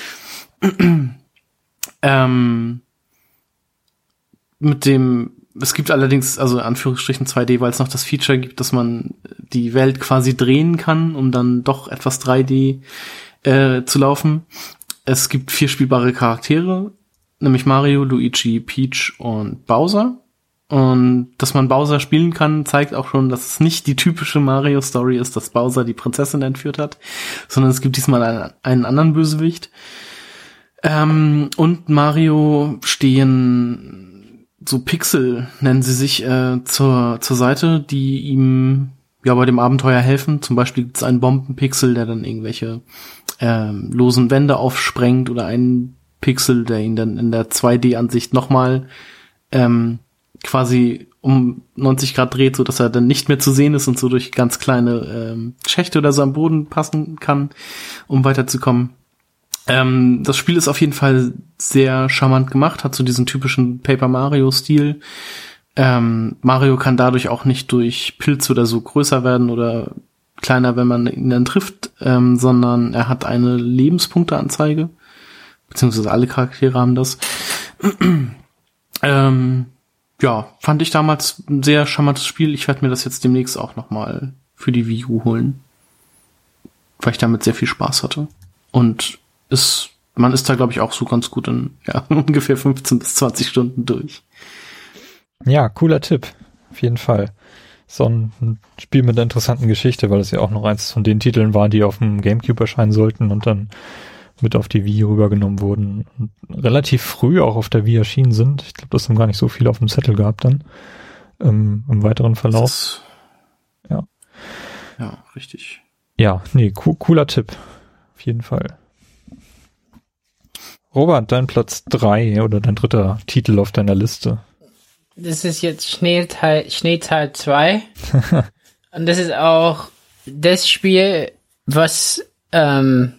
ähm, Mit dem, es gibt allerdings, also in Anführungsstrichen zwei D, weil es noch das Feature gibt, dass man die Welt quasi drehen kann, um dann doch etwas drei D äh, zu laufen. Es gibt vier spielbare Charaktere, nämlich Mario, Luigi, Peach und Bowser. Und dass man Bowser spielen kann, zeigt auch schon, dass es nicht die typische Mario-Story ist, dass Bowser die Prinzessin entführt hat, sondern es gibt diesmal einen, einen anderen Bösewicht. Ähm, und Mario stehen so Pixel, nennen sie sich, äh, zur, zur Seite, die ihm ja bei dem Abenteuer helfen. Zum Beispiel gibt es einen Bombenpixel, der dann irgendwelche ähm, losen Wände aufsprengt, oder einen Pixel, der ihn dann in der zwei D-Ansicht nochmal ähm, quasi um neunzig Grad dreht, so dass er dann nicht mehr zu sehen ist und so durch ganz kleine ähm, Schächte oder so am Boden passen kann, um weiterzukommen. Ähm, das Spiel ist auf jeden Fall sehr charmant gemacht, hat so diesen typischen Paper Mario-Stil. Ähm, Mario kann dadurch auch nicht durch Pilze oder so größer werden oder kleiner, wenn man ihn dann trifft, ähm, sondern er hat eine Lebenspunkteanzeige, beziehungsweise alle Charaktere haben das. ähm, ja, fand ich damals ein sehr charmantes Spiel. Ich werde mir das jetzt demnächst auch nochmal für die Wii U holen, weil ich damit sehr viel Spaß hatte. Und ist, man ist da, glaube ich, auch so ganz gut in ja, ungefähr fünfzehn bis zwanzig Stunden durch. Ja, cooler Tipp. Auf jeden Fall. So ein Spiel mit einer interessanten Geschichte, weil es ja auch noch eins von den Titeln war, die auf dem GameCube erscheinen sollten und dann mit auf die Wii rübergenommen wurden und relativ früh auch auf der Wii erschienen sind. Ich glaube, das haben gar nicht so viel auf dem Zettel gehabt dann ähm, im weiteren Verlauf. Das, ja. Ja, richtig. Ja, nee, co- cooler Tipp. Auf jeden Fall. Robert, dein Platz drei oder dein dritter Titel auf deiner Liste. Das ist jetzt Schneeteil, Schneeteil zwei. Und das ist auch das Spiel, was ähm,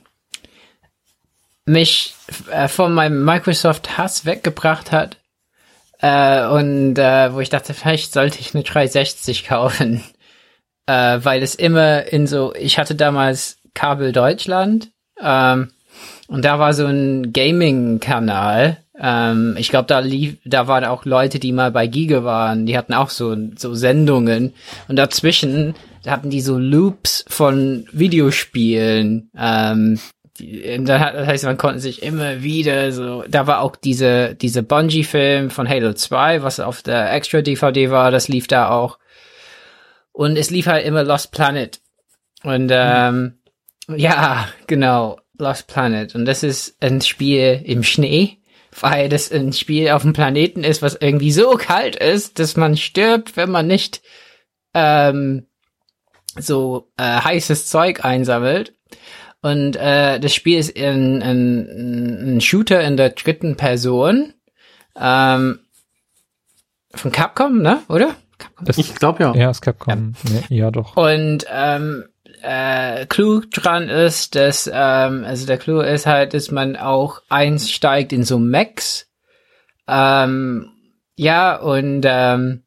mich äh, von meinem Microsoft-Hass weggebracht hat. Äh, und äh, wo ich dachte, vielleicht sollte ich eine dreihundertsechzig kaufen. Äh, weil es immer in so, ich hatte damals Kabel Deutschland. Ähm, und da war so ein Gaming-Kanal. Ähm, ich glaube, da lief, da waren auch Leute, die mal bei Giga waren, die hatten auch so, so Sendungen. Und dazwischen hatten die so Loops von Videospielen. Ähm, die, das heißt, man konnte sich immer wieder so, da war auch diese, diese Bungie-Film von Halo zwei, was auf der Extra-D V D war, das lief da auch. Und es lief halt immer Lost Planet. Und, ähm, mhm. ja, genau, Lost Planet. Und das ist ein Spiel im Schnee, weil das ein Spiel auf dem Planeten ist, was irgendwie so kalt ist, dass man stirbt, wenn man nicht ähm, so äh, heißes Zeug einsammelt. Und äh, das Spiel ist ein, ein, ein Shooter in der dritten Person. Ähm, von Capcom, ne? Oder? Capcom. Das, ich glaube ja. Ja, ist Capcom. Ja, ja doch. Und ähm, äh, Clou dran ist, dass, ähm, also der Clou ist halt, dass man auch einsteigt in so Mechs. Ähm, ja, und ähm,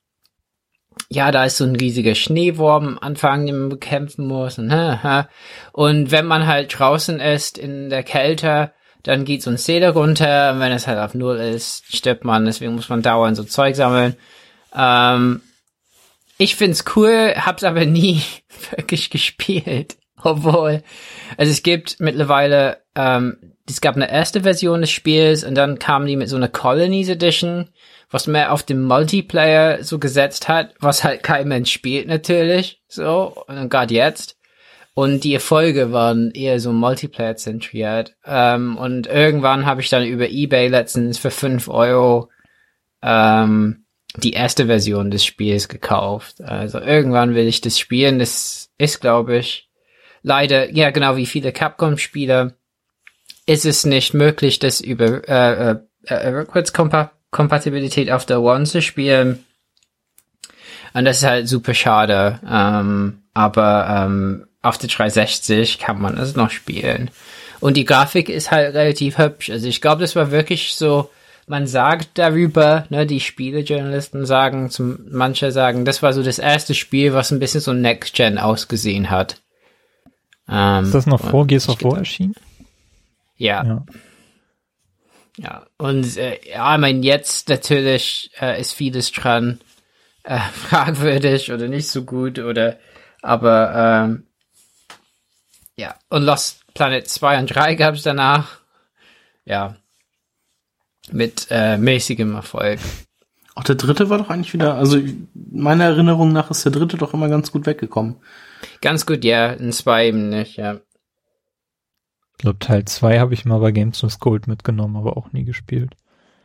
ja, da ist so ein riesiger Schneewurm am Anfang, den man bekämpfen muss. Und, und wenn man halt draußen ist in der Kälte, dann geht so ein Zähler runter. Und wenn es halt auf Null ist, stirbt man. Deswegen muss man dauernd so Zeug sammeln. Ähm, ich find's cool, hab's aber nie wirklich gespielt. Obwohl, also es gibt mittlerweile, ähm, es gab eine erste Version des Spiels und dann kamen die mit so einer Colonies Edition, was mehr auf den Multiplayer so gesetzt hat, was halt kein Mensch spielt natürlich, so, und gerade jetzt. Und die Erfolge waren eher so Multiplayer-zentriert. Ähm, und irgendwann habe ich dann über eBay letztens für fünf Euro ähm, die erste Version des Spiels gekauft. Also irgendwann will ich das spielen. Das ist, glaube ich, leider, ja genau wie viele Capcom-Spiele, ist es nicht möglich, das über äh, äh, äh, Rückwärtskompatibilität auf der One zu spielen. Und das ist halt super schade. Ähm, aber ähm, auf der dreihundertsechzig kann man es noch spielen. Und die Grafik ist halt relativ hübsch. Also ich glaube, das war wirklich so, man sagt darüber, ne, die Spielejournalisten sagen, zum, manche sagen, das war so das erste Spiel, was ein bisschen so Next-Gen ausgesehen hat. Ähm, ist das noch vor Gears of War erschienen? Ja. Ja. Ja, und äh, ja, ich meine, jetzt natürlich äh, ist vieles dran äh, fragwürdig oder nicht so gut, oder aber ähm, ja, und Lost Planet zwei und drei gab es danach. Ja. Mit äh, mäßigem Erfolg. Auch der dritte war doch eigentlich wieder, also meiner Erinnerung nach ist der dritte doch immer ganz gut weggekommen. Ganz gut, ja, in zwei eben nicht, ja. Ich glaube, Teil zwei habe ich mal bei Games with Gold mitgenommen, aber auch nie gespielt.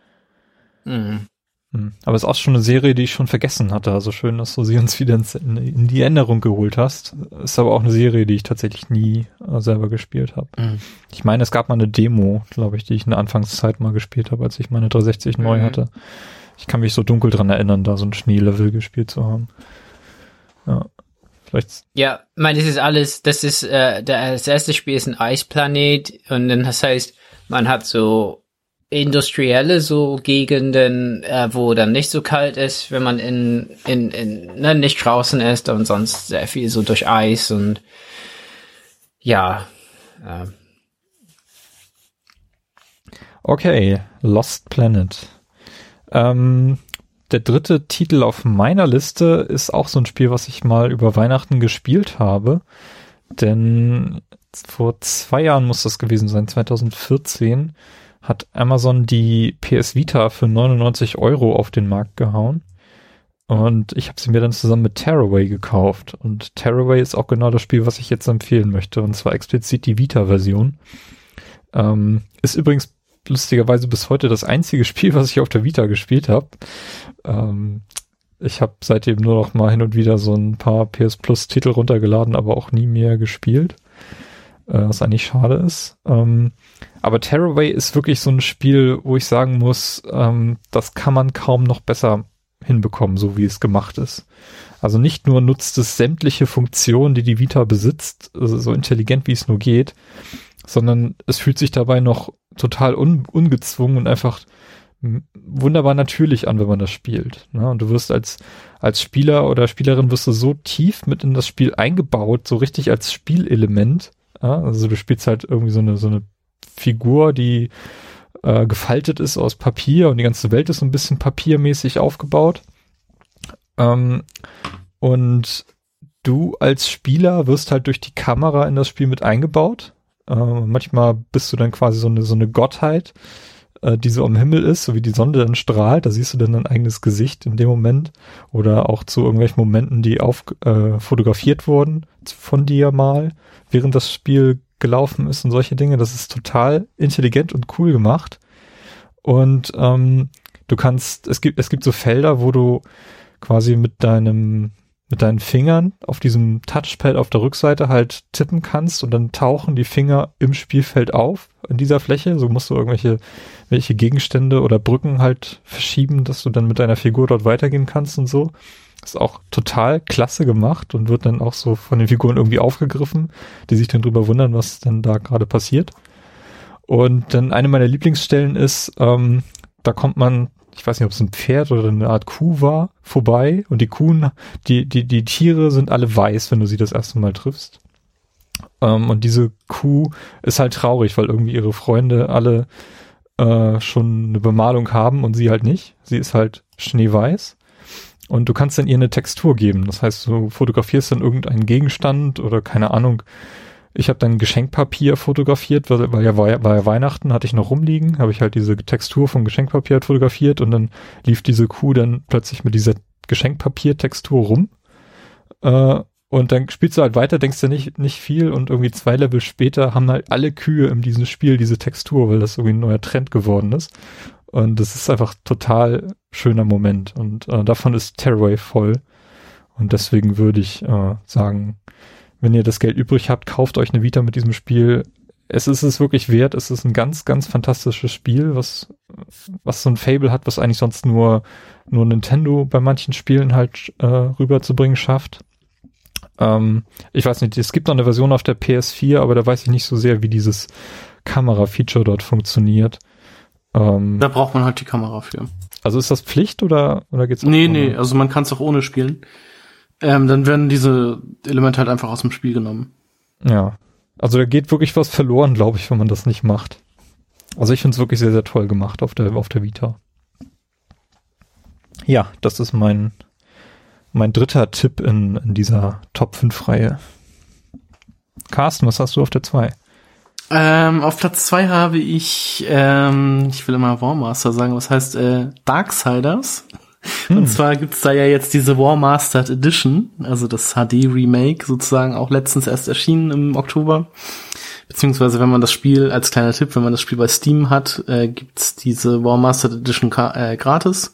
Mhm. Hm. Aber es ist auch schon eine Serie, die ich schon vergessen hatte. Also schön, dass du sie uns wieder in, in die Erinnerung geholt hast. Ist aber auch eine Serie, die ich tatsächlich nie äh, selber gespielt habe. Mhm. Ich meine, es gab mal eine Demo, glaube ich, die ich in der Anfangszeit mal gespielt habe, als ich meine dreihundertsechzig mhm. neu hatte. Ich kann mich so dunkel dran erinnern, da so ein Schneelevel gespielt zu haben. Ja. Vielleicht. Ja, ich meine, das ist alles, das ist, äh, der, das erste Spiel ist ein Eisplanet und dann, das heißt, man hat so industrielle so Gegenden, äh, wo dann nicht so kalt ist, wenn man in, in, in, ne, nicht draußen ist und sonst sehr viel so durch Eis und ja. Äh. Okay, Lost Planet. Ähm, Der dritte Titel auf meiner Liste ist auch so ein Spiel, was ich mal über Weihnachten gespielt habe. Denn vor zwei Jahren muss das gewesen sein, zwanzig vierzehn, hat Amazon die P S Vita für neunundneunzig Euro auf den Markt gehauen. Und ich habe sie mir dann zusammen mit Tearaway gekauft. Und Tearaway ist auch genau das Spiel, was ich jetzt empfehlen möchte. Und zwar explizit die Vita-Version. Ähm, ist übrigens lustigerweise bis heute das einzige Spiel, was ich auf der Vita gespielt habe. Ähm, ich habe seitdem nur noch mal hin und wieder so ein paar P S Plus Titel runtergeladen, aber auch nie mehr gespielt, äh, was eigentlich schade ist. Ähm, aber Tearaway ist wirklich so ein Spiel, wo ich sagen muss, ähm, das kann man kaum noch besser hinbekommen, so wie es gemacht ist. Also nicht nur nutzt es sämtliche Funktionen, die die Vita besitzt, also so intelligent wie es nur geht, sondern es fühlt sich dabei noch total un- ungezwungen und einfach wunderbar natürlich an, wenn man das spielt. Ne? Und du wirst als als Spieler oder Spielerin wirst du so tief mit in das Spiel eingebaut, so richtig als Spielelement. Ja? Also du spielst halt irgendwie so eine so eine Figur, die äh, gefaltet ist aus Papier und die ganze Welt ist so ein bisschen papiermäßig aufgebaut. Ähm, und du als Spieler wirst halt durch die Kamera in das Spiel mit eingebaut. Äh, manchmal bist du dann quasi so eine so eine Gottheit, äh, die so am Himmel ist, so wie die Sonne dann strahlt. Da siehst du dann dein eigenes Gesicht in dem Moment. Oder auch zu irgendwelchen Momenten, die auf äh, fotografiert wurden von dir mal, während das Spiel gelaufen ist und solche Dinge. Das ist total intelligent und cool gemacht. Und ähm, du kannst, es gibt es gibt so Felder, wo du quasi mit deinem mit deinen Fingern auf diesem Touchpad auf der Rückseite halt tippen kannst und dann tauchen die Finger im Spielfeld auf in dieser Fläche. So musst du irgendwelche welche Gegenstände oder Brücken halt verschieben, dass du dann mit deiner Figur dort weitergehen kannst und so. Das ist auch total klasse gemacht und wird dann auch so von den Figuren irgendwie aufgegriffen, die sich dann drüber wundern, was denn da gerade passiert. Und dann eine meiner Lieblingsstellen ist, ähm, da kommt man, ich weiß nicht, ob es ein Pferd oder eine Art Kuh war, vorbei und die Kuhen, die, die, die Tiere sind alle weiß, wenn du sie das erste Mal triffst. Ähm, und diese Kuh ist halt traurig, weil irgendwie ihre Freunde alle äh, schon eine Bemalung haben und sie halt nicht. Sie ist halt schneeweiß. Und du kannst dann ihr eine Textur geben. Das heißt, du fotografierst dann irgendeinen Gegenstand oder keine Ahnung. Ich habe dann Geschenkpapier fotografiert, weil, weil ja war, war ja Weihnachten, hatte ich noch rumliegen, habe ich halt diese Textur vom Geschenkpapier halt fotografiert und dann lief diese Kuh dann plötzlich mit dieser Geschenkpapier-Textur rum. Äh, und dann spielst du halt weiter, denkst du nicht, nicht viel und irgendwie zwei Level später haben halt alle Kühe in diesem Spiel diese Textur, weil das irgendwie ein neuer Trend geworden ist. Und das ist einfach total schöner Moment. Und äh, davon ist Tearaway voll. Und deswegen würde ich äh, sagen, wenn ihr das Geld übrig habt, kauft euch eine Vita mit diesem Spiel. Es ist es wirklich wert. Es ist ein ganz, ganz fantastisches Spiel, was was so ein Fable hat, was eigentlich sonst nur nur Nintendo bei manchen Spielen halt äh, rüberzubringen schafft. Ähm, ich weiß nicht, es gibt noch eine Version auf der P S vier, aber da weiß ich nicht so sehr, wie dieses Kamera-Feature dort funktioniert. Ähm, da braucht man halt die Kamera für. Also ist das Pflicht oder, oder geht's auch Nee, ohne? nee, also man kann es auch ohne spielen. Ähm, dann werden diese Elemente halt einfach aus dem Spiel genommen. Ja. Also da geht wirklich was verloren, glaube ich, wenn man das nicht macht. Also ich finde es wirklich sehr, sehr toll gemacht auf der, auf der Vita. Ja, das ist mein, mein dritter Tipp in, in dieser Top fünf Reihe. Carsten, was hast du auf der zwei? Ähm, auf Platz zwei habe ich, ähm, ich will immer War Master sagen, was heißt äh, Darksiders. Hm. Und zwar gibt's da ja jetzt diese War Mastered Edition, also das H D-Remake sozusagen, auch letztens erst erschienen im Oktober. Beziehungsweise wenn man das Spiel, als kleiner Tipp, wenn man das Spiel bei Steam hat, äh, gibt's diese War Mastered Edition ka- äh, gratis.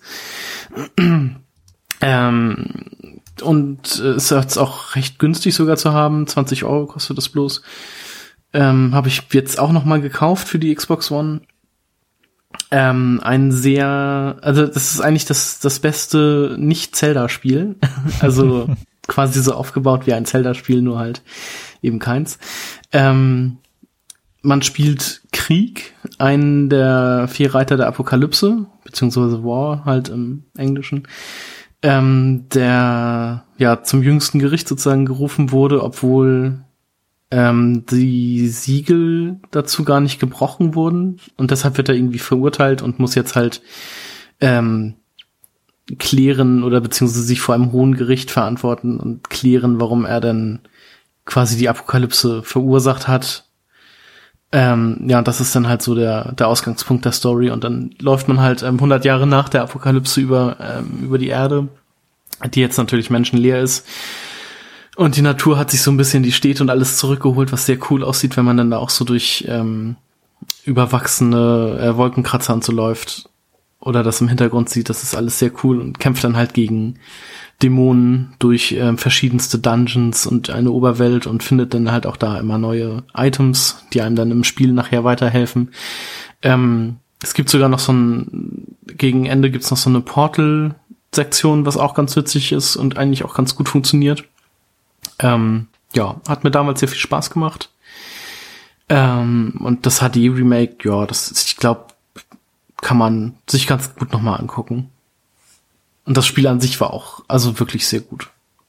ähm, und äh, es ist auch recht günstig sogar zu haben, zwanzig Euro kostet das bloß. Ähm, habe ich jetzt auch noch mal gekauft für die Xbox One. Ähm, ein sehr, also das ist eigentlich das das beste Nicht-Zelda-Spiel. Also quasi so aufgebaut wie ein Zelda-Spiel, nur halt eben keins. Ähm, man spielt Krieg, einen der vier Reiter der Apokalypse, beziehungsweise War halt im Englischen, ähm, der ja zum jüngsten Gericht sozusagen gerufen wurde, obwohl ähm, die Siegel dazu gar nicht gebrochen wurden und deshalb wird er irgendwie verurteilt und muss jetzt halt ähm, klären oder beziehungsweise sich vor einem hohen Gericht verantworten und klären, warum er dann quasi die Apokalypse verursacht hat. Ähm, ja, und das ist dann halt so der der Ausgangspunkt der Story und dann läuft man halt ähm, hundert Jahre nach der Apokalypse über ähm, über die Erde, die jetzt natürlich menschenleer ist. Und die Natur hat sich so ein bisschen die Städte und alles zurückgeholt, was sehr cool aussieht, wenn man dann da auch so durch ähm, überwachsene äh, Wolkenkratzer und so läuft oder das im Hintergrund sieht. Das ist alles sehr cool und kämpft dann halt gegen Dämonen durch äh, verschiedenste Dungeons und eine Oberwelt und findet dann halt auch da immer neue Items, die einem dann im Spiel nachher weiterhelfen. Ähm, es gibt sogar noch so ein, gegen Ende gibt's noch so eine Portal-Sektion, was auch ganz witzig ist und eigentlich auch ganz gut funktioniert. Ähm, ja, hat mir damals sehr viel Spaß gemacht. Ähm, und das H D-Remake, ja, das ist, ich glaube, kann man sich ganz gut nochmal angucken. Und das Spiel an sich war auch, also wirklich sehr gut.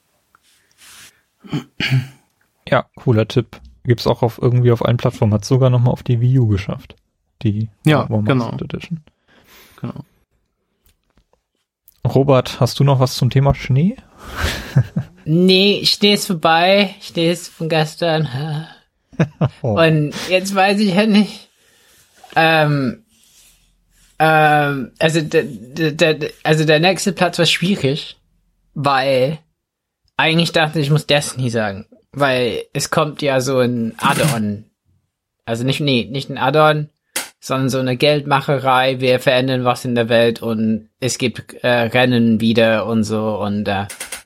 Ja, cooler Tipp. Gibt's auch auf irgendwie auf allen Plattformen. Hat sogar nochmal auf die Wii U geschafft. Die ja, War genau. Edition. Genau. Robert, hast du noch was zum Thema Schnee? Nee, Schnee ist vorbei. Schnee ist von gestern. Oh. Und jetzt weiß ich ja nicht. Ähm, ähm, also, der, der, also der nächste Platz war schwierig, weil eigentlich dachte ich, ich muss Destiny sagen, weil es kommt ja so ein Add-on. Also nicht, nee, nicht ein Add-on, sondern so eine Geldmacherei. Wir verändern was in der Welt und es gibt äh, Rennen wieder und so und äh,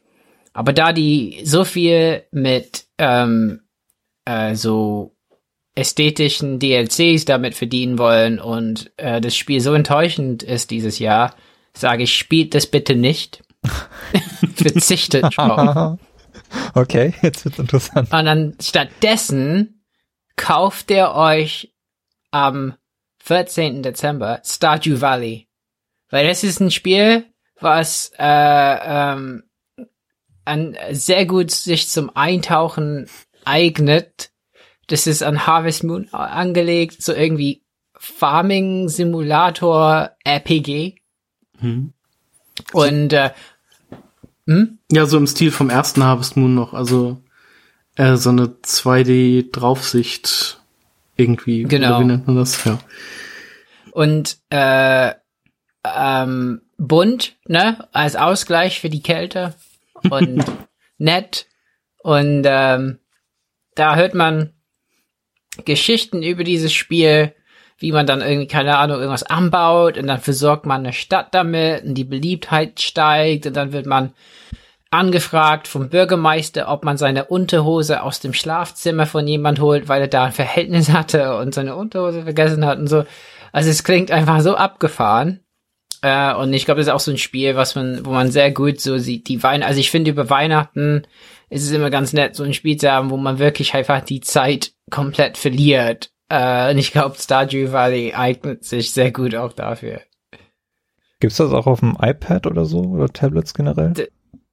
aber da die so viel mit ähm, äh, so ästhetischen D L Cs damit verdienen wollen und äh, das Spiel so enttäuschend ist dieses Jahr, sage ich, spielt das bitte nicht. Verzichtet drauf. Okay, jetzt wird's interessant. Und dann stattdessen kauft ihr euch am vierzehnten Dezember Stardew Valley. Weil das ist ein Spiel, was äh, ähm, an, sehr gut sich zum Eintauchen eignet. Das ist an Harvest Moon angelegt, so irgendwie Farming-Simulator R P G. Hm. Und äh, hm? Ja, so im Stil vom ersten Harvest Moon noch, also äh, so eine zwei D-Draufsicht irgendwie. Genau. Oder wie nennt man das? Ja. Und äh, ähm, bunt, ne, als Ausgleich für die Kälte und nett. Und ähm, da hört man Geschichten über dieses Spiel, wie man dann irgendwie, keine Ahnung, irgendwas anbaut und dann versorgt man eine Stadt damit und die Beliebtheit steigt und dann wird man angefragt vom Bürgermeister, ob man seine Unterhose aus dem Schlafzimmer von jemand holt, weil er da ein Verhältnis hatte und seine Unterhose vergessen hat und so. Also es klingt einfach so abgefahren. Äh, und ich glaube, das ist auch so ein Spiel, was man, wo man sehr gut so sieht, die Weihnachten, also ich finde, über Weihnachten ist es immer ganz nett, so ein Spiel zu haben, wo man wirklich einfach die Zeit komplett verliert. Äh, und ich glaube, Stardew Valley eignet sich sehr gut auch dafür. Gibt's das auch auf dem iPad oder so? Oder Tablets generell? D-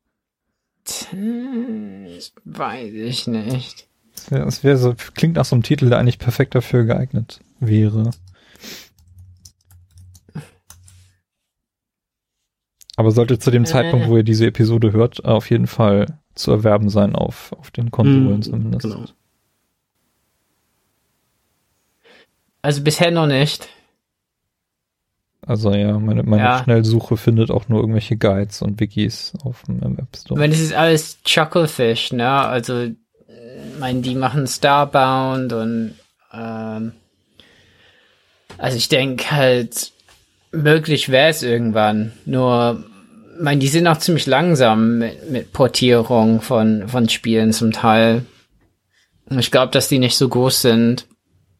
Das weiß ich nicht. Das wäre das wär so, klingt nach so einem Titel, der eigentlich perfekt dafür geeignet wäre. Aber sollte zu dem Äh. Zeitpunkt, wo ihr diese Episode hört, auf jeden Fall zu erwerben sein auf, auf den Konsolen Hm, zumindest. Genau. Also bisher noch nicht. Also ja, meine, meine Ja. Schnellsuche findet auch nur irgendwelche Guides und Wikis auf dem App Store. Wenn es ist alles Chucklefish, ne? Also, ich meine, die machen Starbound und ähm, also ich denke halt, möglich wäre es irgendwann. Nur, ich meine, die sind auch ziemlich langsam mit, mit Portierung von, von Spielen zum Teil. Und ich glaube, dass die nicht so groß sind.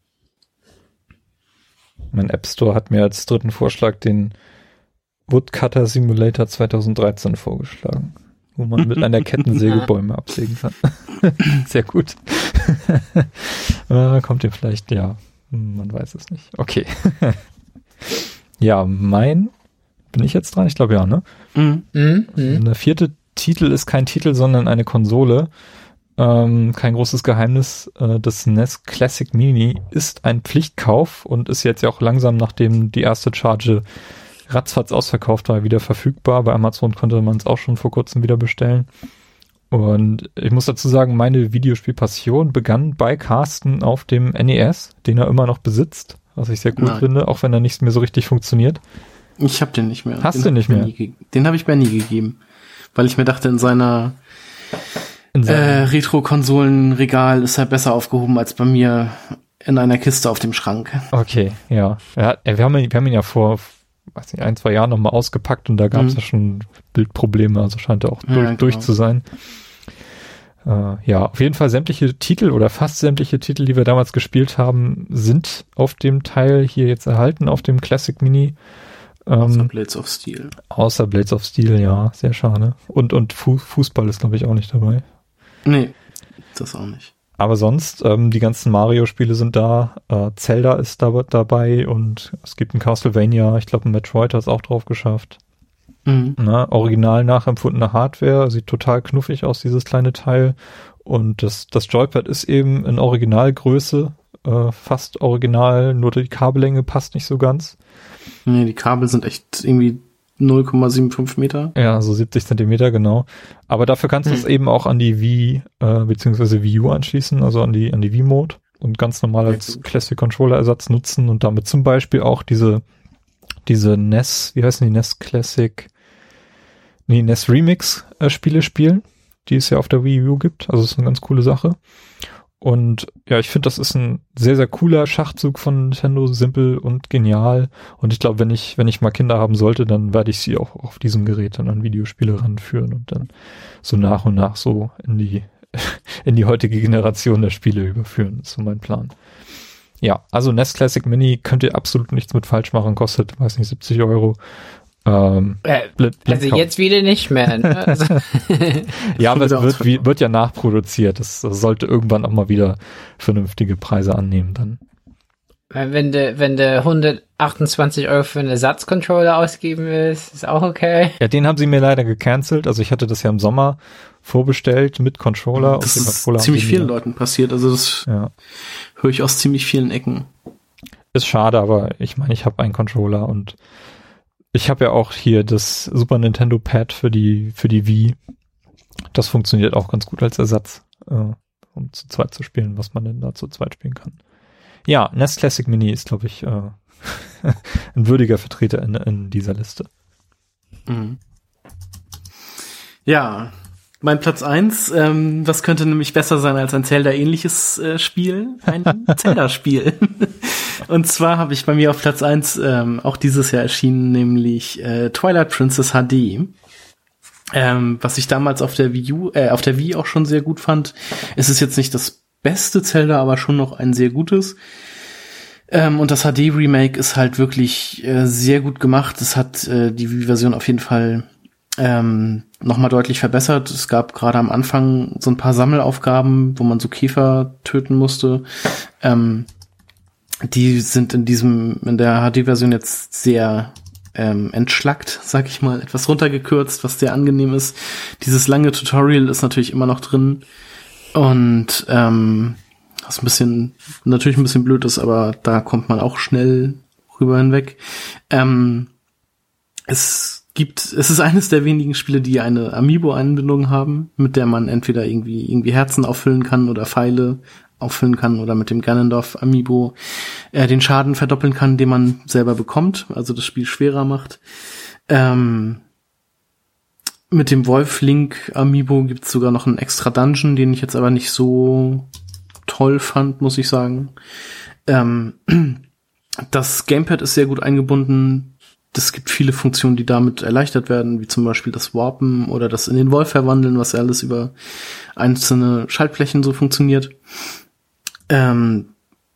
Mein App Store hat mir als dritten Vorschlag den Woodcutter Simulator zwanzig dreizehn vorgeschlagen, wo man mit einer Kettensäge Bäume absägen kann. Sehr gut. äh, kommt ihr vielleicht, ja, man weiß es nicht. Okay. Ja, mein, bin ich jetzt dran? Ich glaube ja, ne? Mhm. Mhm. Mhm. Der vierte Titel ist kein Titel, sondern eine Konsole. Ähm, kein großes Geheimnis, äh, das N E S Classic Mini ist ein Pflichtkauf und ist jetzt ja auch langsam, nachdem die erste Charge ratzfatz ausverkauft war, wieder verfügbar. Bei Amazon konnte man es auch schon vor kurzem wieder bestellen. Und ich muss dazu sagen, meine Videospielpassion begann bei Carsten auf dem N E S, den er immer noch besitzt, was ich sehr cool Nein. finde, auch wenn er nicht mehr so richtig funktioniert. Ich hab den nicht mehr. Hast den du nicht hab ich mehr? nie ge- Den habe ich Benny gegeben. Weil ich mir dachte, in seiner In seinem- äh, Retro-Konsolen-Regal ist er besser aufgehoben als bei mir in einer Kiste auf dem Schrank. Okay, ja. ja wir, haben ihn, wir haben ihn ja vor, weiß nicht, ein, zwei Jahren nochmal ausgepackt und da gab es Mhm. ja schon Bildprobleme, also scheint er auch Ja, durch, genau. durch zu sein. Äh, ja, auf jeden Fall sämtliche Titel oder fast sämtliche Titel, die wir damals gespielt haben, sind auf dem Teil hier jetzt erhalten, auf dem Classic Mini. Außer Ähm, Blades of Steel. außer Blades of Steel, ja, sehr schade. Und, und Fu- Fußball ist, glaube ich, auch nicht dabei. Nee, das auch nicht. Aber sonst, ähm, die ganzen Mario-Spiele sind da, äh, Zelda ist da, dabei und es gibt ein Castlevania, ich glaube ein Metroid hat es auch drauf geschafft. Mhm. Na, original nachempfundene Hardware, sieht total knuffig aus, dieses kleine Teil. Und das, das Joypad ist eben in Originalgröße, äh, fast original, nur die Kabellänge passt nicht so ganz. Nee, die Kabel sind echt irgendwie null Komma fünfundsiebzig Meter. Ja, so siebzig Zentimeter, genau. Aber dafür kannst du es Hm. eben auch an die Wii, äh, beziehungsweise Wii U anschließen, also an die, an die Wii-Mode und ganz normal Ja, als gut. Classic-Controller-Ersatz nutzen und damit zum Beispiel auch diese, diese N E S, wie heißen die, N E S Classic, nee, N E S Remix-Spiele spielen, die es ja auf der Wii U gibt. Also das ist eine ganz coole Sache. Und ja, ich finde, das ist ein sehr, sehr cooler Schachzug von Nintendo, simpel und genial. Und ich glaube, wenn ich, wenn ich mal Kinder haben sollte, dann werde ich sie auch auf diesem Gerät dann an Videospiele ranführen und dann so nach und nach so in die, in die heutige Generation der Spiele überführen. Das ist so mein Plan. Ja, also N E S Classic Mini könnt ihr absolut nichts mit falsch machen, kostet, weiß nicht, siebzig Euro. Ähm, äh, blind, blind also jetzt wieder nicht mehr. Ne? Also ja, aber es wird, wie, wird ja nachproduziert. Das, das sollte irgendwann auch mal wieder vernünftige Preise annehmen dann. Wenn du, wenn du hundertachtundzwanzig Euro für einen Ersatzcontroller ausgeben willst, ist auch okay. Ja, den haben sie mir leider gecancelt. Also ich hatte das ja im Sommer vorbestellt mit Controller. Das und ist Controller ziemlich vielen wieder. Leuten passiert. Also das ja. höre ich aus ziemlich vielen Ecken. Ist schade, aber ich meine, ich habe einen Controller und ich habe ja auch hier das Super Nintendo Pad für die für die Wii. Das funktioniert auch ganz gut als Ersatz, äh, um zu zweit zu spielen, was man denn da zu zweit spielen kann. Ja, N E S Classic Mini ist, glaube ich, äh, ein würdiger Vertreter in, in dieser Liste. Mhm. Ja, mein Platz eins, ähm, was könnte nämlich besser sein als ein Zelda-ähnliches äh, Spiel? Ein Zelda-Spiel. Und zwar habe ich bei mir auf Platz eins ähm, auch dieses Jahr erschienen, nämlich äh, Twilight Princess H D. Ähm, was ich damals auf der Wii U, äh, auf der Wii auch schon sehr gut fand. Es ist jetzt nicht das beste Zelda, aber schon noch ein sehr gutes. Ähm, und das H D-Remake ist halt wirklich äh, sehr gut gemacht. Es hat äh, die Wii-Version auf jeden Fall ähm, nochmal deutlich verbessert. Es gab gerade am Anfang so ein paar Sammelaufgaben, wo man so Käfer töten musste. Ähm, die sind in diesem, in der H D-Version jetzt sehr ähm, entschlackt, sag ich mal, etwas runtergekürzt, was sehr angenehm ist. Dieses lange Tutorial ist natürlich immer noch drin. Und ähm, was ein bisschen, natürlich ein bisschen blöd ist, aber da kommt man auch schnell rüber hinweg. Ähm, es gibt, es ist eines der wenigen Spiele, die eine Amiibo-Einbindung haben, mit der man entweder irgendwie irgendwie Herzen auffüllen kann oder Pfeile auffüllen kann oder mit dem Ganondorf Amiibo äh, den Schaden verdoppeln kann, den man selber bekommt, also das Spiel schwerer macht. Ähm, mit dem Wolf-Link Amiibo gibt's sogar noch einen extra Dungeon, den ich jetzt aber nicht so toll fand, muss ich sagen. Ähm, das Gamepad ist sehr gut eingebunden. Es gibt viele Funktionen, die damit erleichtert werden, wie zum Beispiel das Warpen oder das in den Wolf verwandeln, was ja alles über einzelne Schaltflächen so funktioniert. Ähm,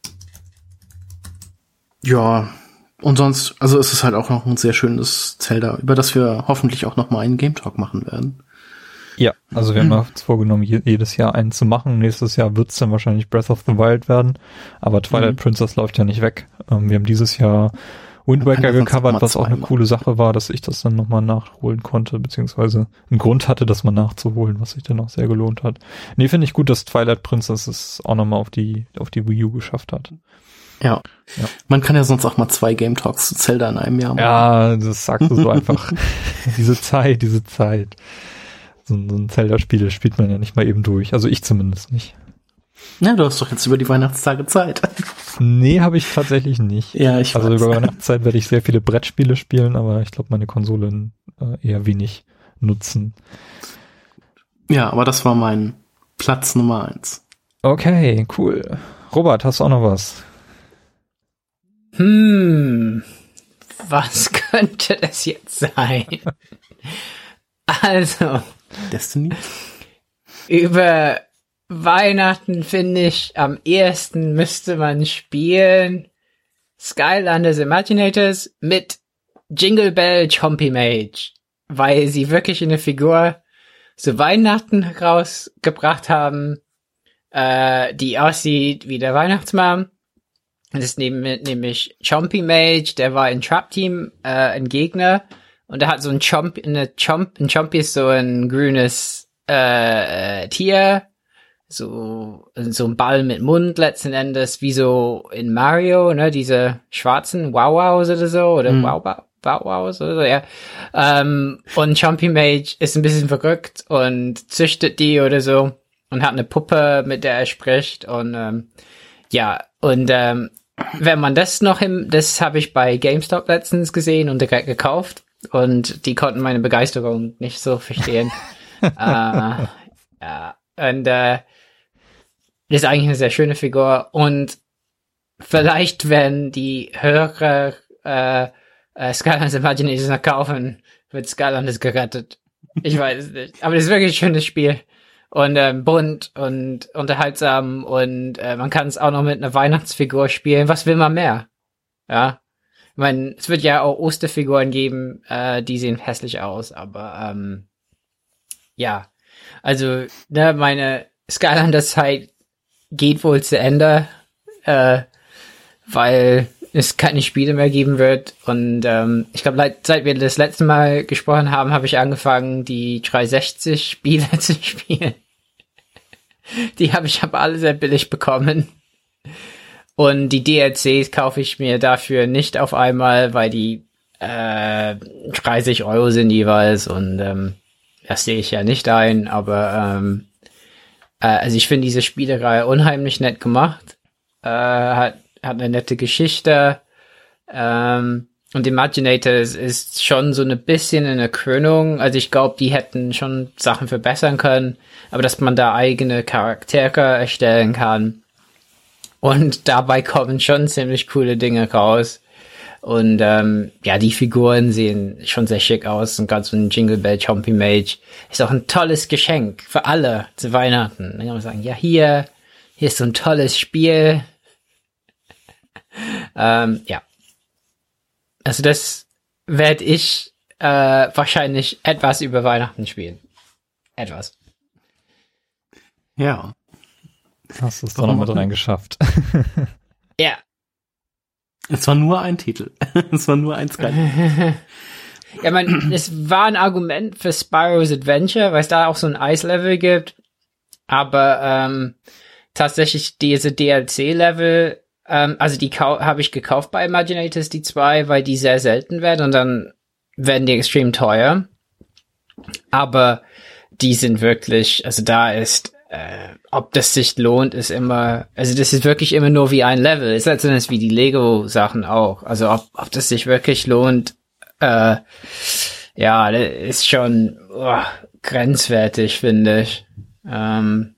ja, und sonst, also es ist halt auch noch ein sehr schönes Zelda, über das wir hoffentlich auch noch mal einen Game Talk machen werden. Ja, also wir haben uns vorgenommen, jedes Jahr einen zu machen. Nächstes Jahr wird es dann wahrscheinlich Breath of the Wild werden, aber Twilight mhm. Princess läuft ja nicht weg. Ähm, wir haben dieses Jahr Wind Waker gecovert, was auch eine coole Sache war, dass ich das dann nochmal nachholen konnte, beziehungsweise einen Grund hatte, das mal nachzuholen, was sich dann auch sehr gelohnt hat. Nee, finde ich gut, dass Twilight Princess es auch nochmal auf die auf die Wii U geschafft hat. Ja. ja, man kann ja sonst auch mal zwei Game Talks zu Zelda in einem Jahr machen. Ja, das sagst du so einfach. Diese Zeit, diese Zeit. So, so ein Zelda-Spiel spielt man ja nicht mal eben durch, also ich zumindest nicht. Ja, du hast doch jetzt über die Weihnachtstage Zeit. Nee, habe ich tatsächlich nicht. Ja, ich Also weiß. über Weihnachtszeit werde ich sehr viele Brettspiele spielen, aber ich glaube, meine Konsolen äh, eher wenig nutzen. Ja, aber das war mein Platz Nummer eins. Okay, cool. Robert, hast du auch noch was? Hm, was könnte das jetzt sein? Also, Destiny? Über Weihnachten finde ich, am ehesten müsste man spielen Skylanders Imaginators mit Jingle Bell Chompy Mage, weil sie wirklich eine Figur zu Weihnachten rausgebracht haben, äh, die aussieht wie der Weihnachtsmann. Das ist neben, nämlich Chompy Mage, der war in Trap Team äh, ein Gegner und der hat so ein Chomp, eine Chomp, ein Chompy ist so ein grünes äh, Tier, so so ein Ball mit Mund letzten Endes, wie so in Mario, ne, diese schwarzen Wow-Wows oder so, oder mhm. Wow-Wow. Wow-Wows oder so, ja. Ähm, und Chompy Mage ist ein bisschen verrückt und züchtet die oder so und hat eine Puppe, mit der er spricht und ähm, ja, und ähm, wenn man das noch im, das habe ich bei GameStop letztens gesehen und direkt gekauft und die konnten meine Begeisterung nicht so verstehen. äh, ja, und äh, ist eigentlich eine sehr schöne Figur und vielleicht, wenn die höhere äh, äh, Skylanders Imaginators noch kaufen, wird Skylanders gerettet. Ich weiß es nicht. Aber das ist wirklich ein schönes Spiel. Und ähm, bunt und unterhaltsam und äh, man kann es auch noch mit einer Weihnachtsfigur spielen. Was will man mehr? Ja. Ich meine, es wird ja auch Osterfiguren geben, äh, die sehen hässlich aus, aber ähm, ja. Also, ne, meine Skylanders-Zeit geht wohl zu Ende, äh, weil es keine Spiele mehr geben wird. Und ähm, ich glaube, seit wir das letzte Mal gesprochen haben, habe ich angefangen, die dreihundertsechzig Spiele zu spielen. Die habe ich aber alle sehr billig bekommen. Und die D L Cs kaufe ich mir dafür nicht auf einmal, weil die äh, dreißig Euro sind jeweils. Und ähm, das sehe ich ja nicht ein. Aber ähm, äh, also ich finde diese Spielereihe unheimlich nett gemacht. Äh, hat hat eine nette Geschichte, ähm, und Imaginators ist schon so ein bisschen eine Krönung, also ich glaube, die hätten schon Sachen verbessern können, aber dass man da eigene Charaktere erstellen kann und dabei kommen schon ziemlich coole Dinge raus und ähm, ja, die Figuren sehen schon sehr schick aus und gerade so ein Jingle Bell Chompy Mage ist auch ein tolles Geschenk für alle zu Weihnachten. Dann kann man sagen, ja, hier, hier ist so ein tolles Spiel. Ähm, ja. Also das werde ich äh, wahrscheinlich etwas über Weihnachten spielen. Etwas. Ja. Hast du es doch noch mit reingeschafft. Ja. Es war nur ein Titel. Es war nur ein Skype. Ja, man, es war ein Argument für Spyro's Adventure, weil es da auch so ein Eislevel gibt. Aber ähm, tatsächlich diese D L C-Level, ähm, also die habe ich gekauft bei Imaginators, die zwei, weil die sehr selten werden und dann werden die extrem teuer. Aber die sind wirklich, also da ist, äh, ob das sich lohnt, ist immer, also das ist wirklich immer nur wie ein Level. Ist letztendlich wie die Lego-Sachen auch. Also ob, ob das sich wirklich lohnt, äh, ja, das ist schon oh, grenzwertig, finde ich. Ähm,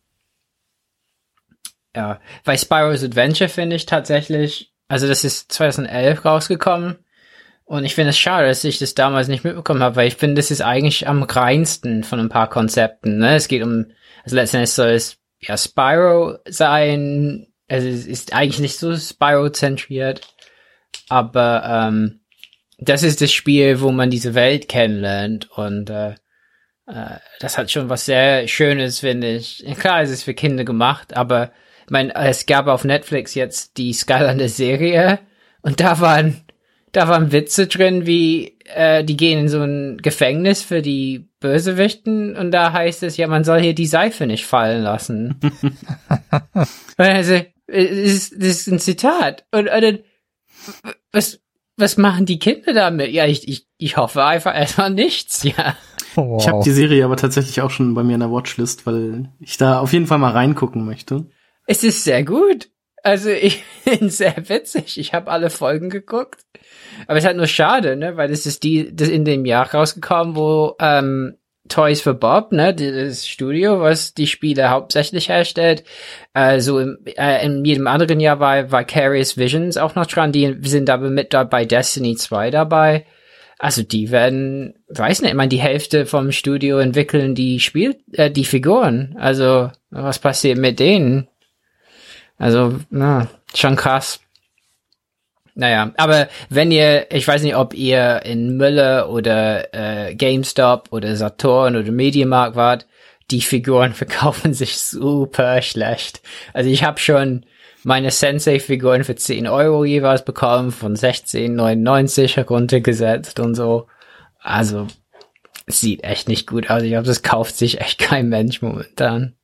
ja, bei Spyro's Adventure finde ich tatsächlich, also das ist zwanzig elf rausgekommen und ich finde es schade, dass ich das damals nicht mitbekommen habe, weil ich finde, das ist eigentlich am reinsten von ein paar Konzepten, ne? Es geht um, also letztendlich soll es ja Spyro sein, also es ist eigentlich nicht so Spyro-zentriert, aber ähm, das ist das Spiel, wo man diese Welt kennenlernt und äh, äh, das hat schon was sehr Schönes, finde ich. Klar, es ist für Kinder gemacht, aber ich meine, es gab auf Netflix jetzt die Skylanders-Serie und da waren da waren Witze drin, wie äh, die gehen in so ein Gefängnis für die Bösewichten und da heißt es, ja, man soll hier die Seife nicht fallen lassen. Also, das ist, das ist ein Zitat. Und, und dann, was, was machen die Kinder damit? Ja, ich, ich, ich hoffe einfach erstmal nichts, ja. Wow. Ich habe die Serie aber tatsächlich auch schon bei mir in der Watchlist, weil ich da auf jeden Fall mal reingucken möchte. Es ist sehr gut. Also ich bin sehr witzig. Ich habe alle Folgen geguckt. Aber es ist halt nur schade, ne, weil das ist die, das in dem Jahr rausgekommen, wo ähm, Toys for Bob, ne, das Studio, was die Spiele hauptsächlich herstellt, äh, so im, äh, in jedem anderen Jahr war Vicarious Visions auch noch dran. Die sind aber mit da bei Destiny zwei dabei. Also die werden, weiß nicht, ich meine, die Hälfte vom Studio entwickeln die Spiel, äh, die Figuren. Also was passiert mit denen? Also, na, schon krass. Naja, aber wenn ihr, ich weiß nicht, ob ihr in Müller oder äh, GameStop oder Saturn oder Mediamarkt wart, die Figuren verkaufen sich super schlecht. Also ich habe schon meine Sensei-Figuren für zehn Euro jeweils bekommen, von sechzehn neunundneunzig heruntergesetzt und so. Also, sieht echt nicht gut aus. Ich glaube, das kauft sich echt kein Mensch momentan.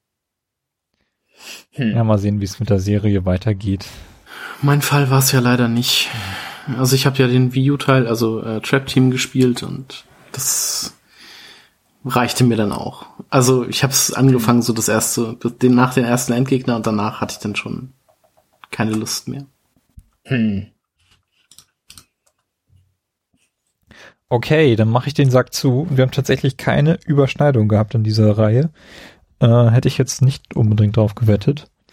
Hm. Ja, mal sehen, wie es mit der Serie weitergeht. Mein Fall war es ja leider nicht. Also ich habe ja den Wii U-Teil, also äh, Trap Team gespielt und das reichte mir dann auch. Also ich habe es angefangen, so das erste, den, nach den ersten Endgegner und danach hatte ich dann schon keine Lust mehr. Hm. Okay, dann mache ich den Sack zu. Wir haben tatsächlich keine Überschneidung gehabt in dieser Reihe. Äh, hätte ich jetzt nicht unbedingt drauf gewettet.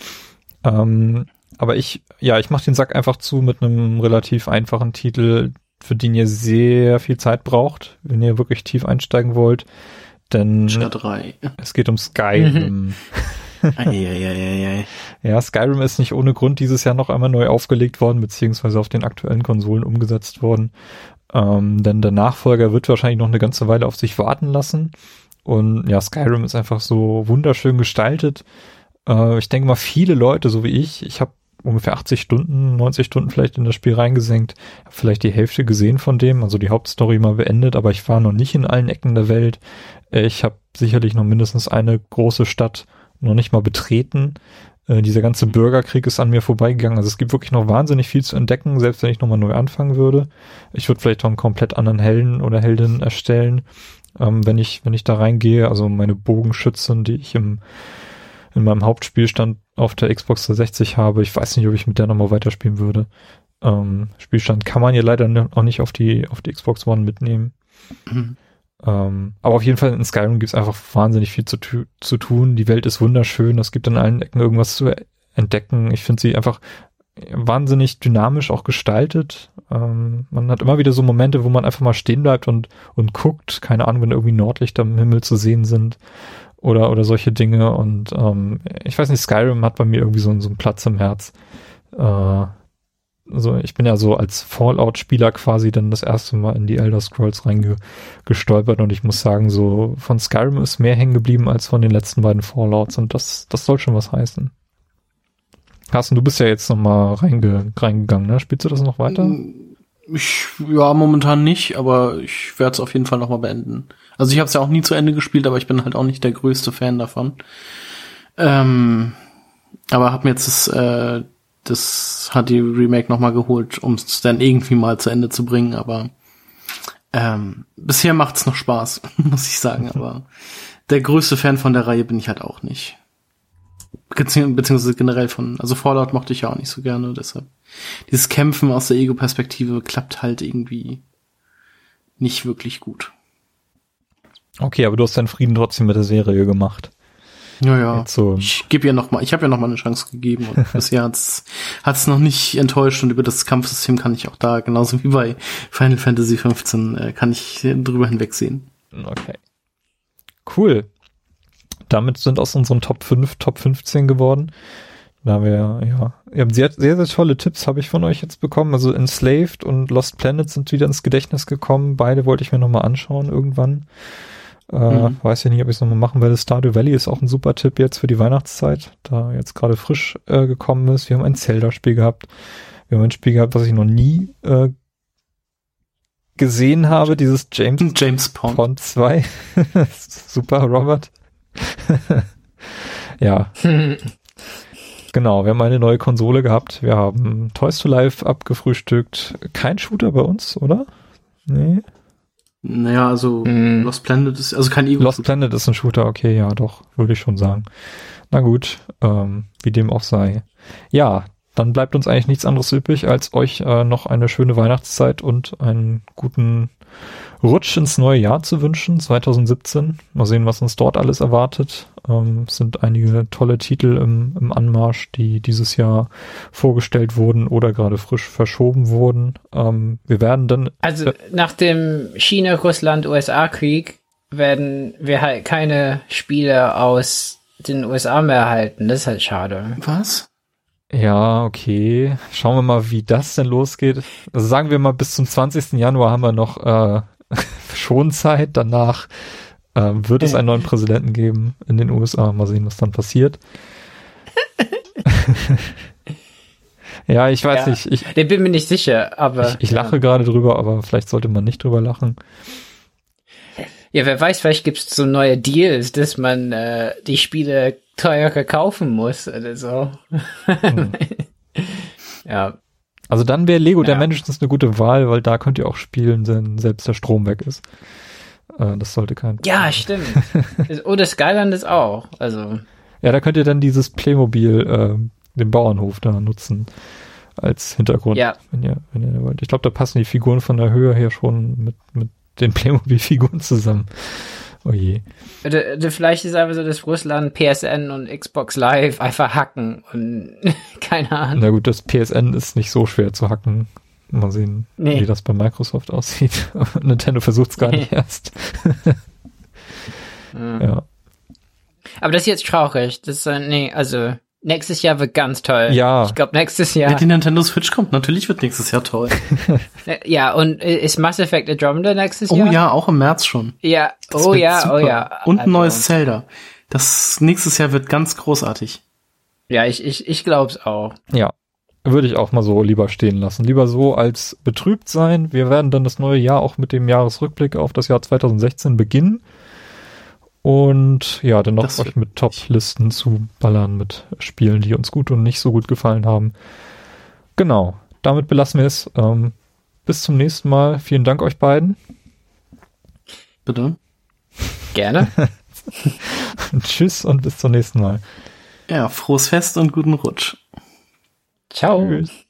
Ähm, aber ich, ja, ich mache den Sack einfach zu mit einem relativ einfachen Titel, für den ihr sehr viel Zeit braucht, wenn ihr wirklich tief einsteigen wollt. Denn drei. Es geht um Skyrim. Eieieiei. Ja, Skyrim ist nicht ohne Grund dieses Jahr noch einmal neu aufgelegt worden, beziehungsweise auf den aktuellen Konsolen umgesetzt worden. Ähm, denn der Nachfolger wird wahrscheinlich noch eine ganze Weile auf sich warten lassen. Und ja, Skyrim ist einfach so wunderschön gestaltet. Äh, ich denke mal, viele Leute, so wie ich, ich habe ungefähr achtzig Stunden, neunzig Stunden vielleicht in das Spiel reingesenkt, habe vielleicht die Hälfte gesehen von dem, also die Hauptstory mal beendet, aber ich war noch nicht in allen Ecken der Welt. Ich habe sicherlich noch mindestens eine große Stadt noch nicht mal betreten. Äh, dieser ganze Bürgerkrieg ist an mir vorbeigegangen. Also es gibt wirklich noch wahnsinnig viel zu entdecken, selbst wenn ich nochmal neu anfangen würde. Ich würde vielleicht noch einen komplett anderen Helden oder Heldin erstellen, ähm, wenn ich wenn ich da reingehe. Also meine Bogenschützin, die ich im in meinem Hauptspielstand auf der Xbox dreihundertsechzig habe. Ich weiß nicht, ob ich mit der nochmal weiterspielen würde. Ähm, Spielstand kann man ja leider auch nicht auf die auf die Xbox One mitnehmen. Mhm. Ähm, aber auf jeden Fall in Skyrim gibt es einfach wahnsinnig viel zu, tu- zu tun. Die Welt ist wunderschön. Es gibt an allen Ecken irgendwas zu entdecken. Ich finde sie einfach wahnsinnig dynamisch auch gestaltet. Ähm, man hat immer wieder so Momente, wo man einfach mal stehen bleibt und und guckt. Keine Ahnung, wenn irgendwie Nordlichter am Himmel zu sehen sind oder oder solche Dinge. Und ähm, ich weiß nicht, Skyrim hat bei mir irgendwie so, so einen Platz im Herz. Äh, Also ich bin ja so als Fallout-Spieler quasi dann das erste Mal in die Elder Scrolls reingestolpert und ich muss sagen, so von Skyrim ist mehr hängen geblieben als von den letzten beiden Fallouts und das das soll schon was heißen. Carsten, du bist ja jetzt nochmal reinge, reingegangen, ne? Spielst du das noch weiter? Ich, ja, momentan nicht, aber ich werde es auf jeden Fall nochmal beenden. Also ich habe es ja auch nie zu Ende gespielt, aber ich bin halt auch nicht der größte Fan davon. Ähm, aber habe mir jetzt das äh, das H D-Remake nochmal geholt, um es dann irgendwie mal zu Ende zu bringen, aber ähm, bisher macht's noch Spaß, muss ich sagen, aber der größte Fan von der Reihe bin ich halt auch nicht. Bezieh- beziehungsweise generell von, also Fallout mochte ich ja auch nicht so gerne, deshalb dieses Kämpfen aus der Ego-Perspektive klappt halt irgendwie nicht wirklich gut. Okay, aber du hast deinen Frieden trotzdem mit der Serie gemacht. Ja, ja. So. Ich gebe ihr noch mal, ich habe ihr noch mal eine Chance gegeben und bisher hat's hat's noch nicht enttäuscht und über das Kampfsystem kann ich auch da genauso wie bei Final Fantasy fünfzehn äh, kann ich drüber hinwegsehen. Okay. Cool. Damit sind aus unseren Top fünf Top fünfzehn geworden. Da haben wir, ja, ihr habt sehr, sehr, sehr tolle Tipps habe ich von euch jetzt bekommen. Also Enslaved und Lost Planet sind wieder ins Gedächtnis gekommen. Beide wollte ich mir noch mal anschauen irgendwann. Äh, mhm. Weiß ja nicht, ob ich es nochmal machen werde. Stardew Valley ist auch ein super Tipp jetzt für die Weihnachtszeit, da jetzt gerade frisch äh, gekommen ist. Wir haben ein Zelda-Spiel gehabt. Wir haben ein Spiel gehabt, was ich noch nie äh, gesehen habe, dieses James, James Pond. Pond zwei. Super, Robert. Ja. Genau, wir haben eine neue Konsole gehabt. Wir haben Toys to Life abgefrühstückt. Kein Shooter bei uns, oder? Nee. Naja, also mm. Lost Planet ist, also kein Ego. Lost Planet ist ein Shooter, okay, ja, doch, würde ich schon sagen. Na gut, ähm, wie dem auch sei. Ja, dann bleibt uns eigentlich nichts anderes übrig, als euch äh, noch eine schöne Weihnachtszeit und einen guten Rutsch ins neue Jahr zu wünschen, zwanzig siebzehn. Mal sehen, was uns dort alles erwartet. Ähm, es sind einige tolle Titel im, im Anmarsch, die dieses Jahr vorgestellt wurden oder gerade frisch verschoben wurden. Ähm, wir werden dann... Also nach dem China-Russland-U S A-Krieg werden wir halt keine Spiele aus den U S A mehr erhalten. Das ist halt schade. Was? Ja, okay. Schauen wir mal, wie das denn losgeht. Also sagen wir mal, bis zum zwanzigsten Januar haben wir noch äh, Schonzeit. Danach äh, wird es einen neuen Präsidenten geben in den U S A. Mal sehen, was dann passiert. Ja, ich weiß ja, nicht. Ich ich bin mir nicht sicher, aber... Ich, ich lache ja. gerade drüber, aber vielleicht sollte man nicht drüber lachen. Ja, wer weiß, vielleicht gibt es so neue Deals, dass man äh, die Spiele teurer kaufen muss oder so. Hm. Ja. Also dann wäre Lego ja. der Mansions eine gute Wahl, weil da könnt ihr auch spielen, wenn selbst der Strom weg ist. Äh, das sollte kein... Ja, stimmt. Oder Skyland ist auch. Also. Ja, da könnt ihr dann dieses Playmobil, äh, den Bauernhof da nutzen als Hintergrund, ja. wenn ihr, wenn ihr wollt. Ich glaube, da passen die Figuren von der Höhe her schon mit, mit den Playmobil-Figuren zusammen. Oh je. D- d- Vielleicht ist einfach so, dass Russland P S N und Xbox Live einfach hacken und keine Ahnung. Na gut, das P S N ist nicht so schwer zu hacken. Mal sehen, Nee. wie das bei Microsoft aussieht. Nintendo versucht es gar nicht erst. Mhm. Ja. Aber das ist jetzt traurig. Das ist, äh, nee, also nächstes Jahr wird ganz toll. Ja. Ich glaube, nächstes Ja. Jahr. Die Nintendo Switch kommt, natürlich wird nächstes Jahr toll. Äh, Ja, und äh, ist Mass Effect Andromeda nächstes Oh Jahr? ja, auch im März schon. Ja, Das oh wird ja, super. oh ja. Und ein Also, neues Zelda. Das nächstes Jahr wird ganz großartig. Ja, ich, ich, ich glaub's auch. Ja. Würde ich auch mal so lieber stehen lassen. Lieber so als betrübt sein. Wir werden dann das neue Jahr auch mit dem Jahresrückblick auf das Jahr zwanzig sechzehn beginnen. Und ja, dann noch Das euch wird mit Top-Listen zu ballern mit Spielen, die uns gut und nicht so gut gefallen haben. Genau. Damit belassen wir es. Ähm, bis zum nächsten Mal. Vielen Dank euch beiden. Bitte. Gerne. Tschüss und bis zum nächsten Mal. Ja, frohes Fest und guten Rutsch. Ciao. Tschüss.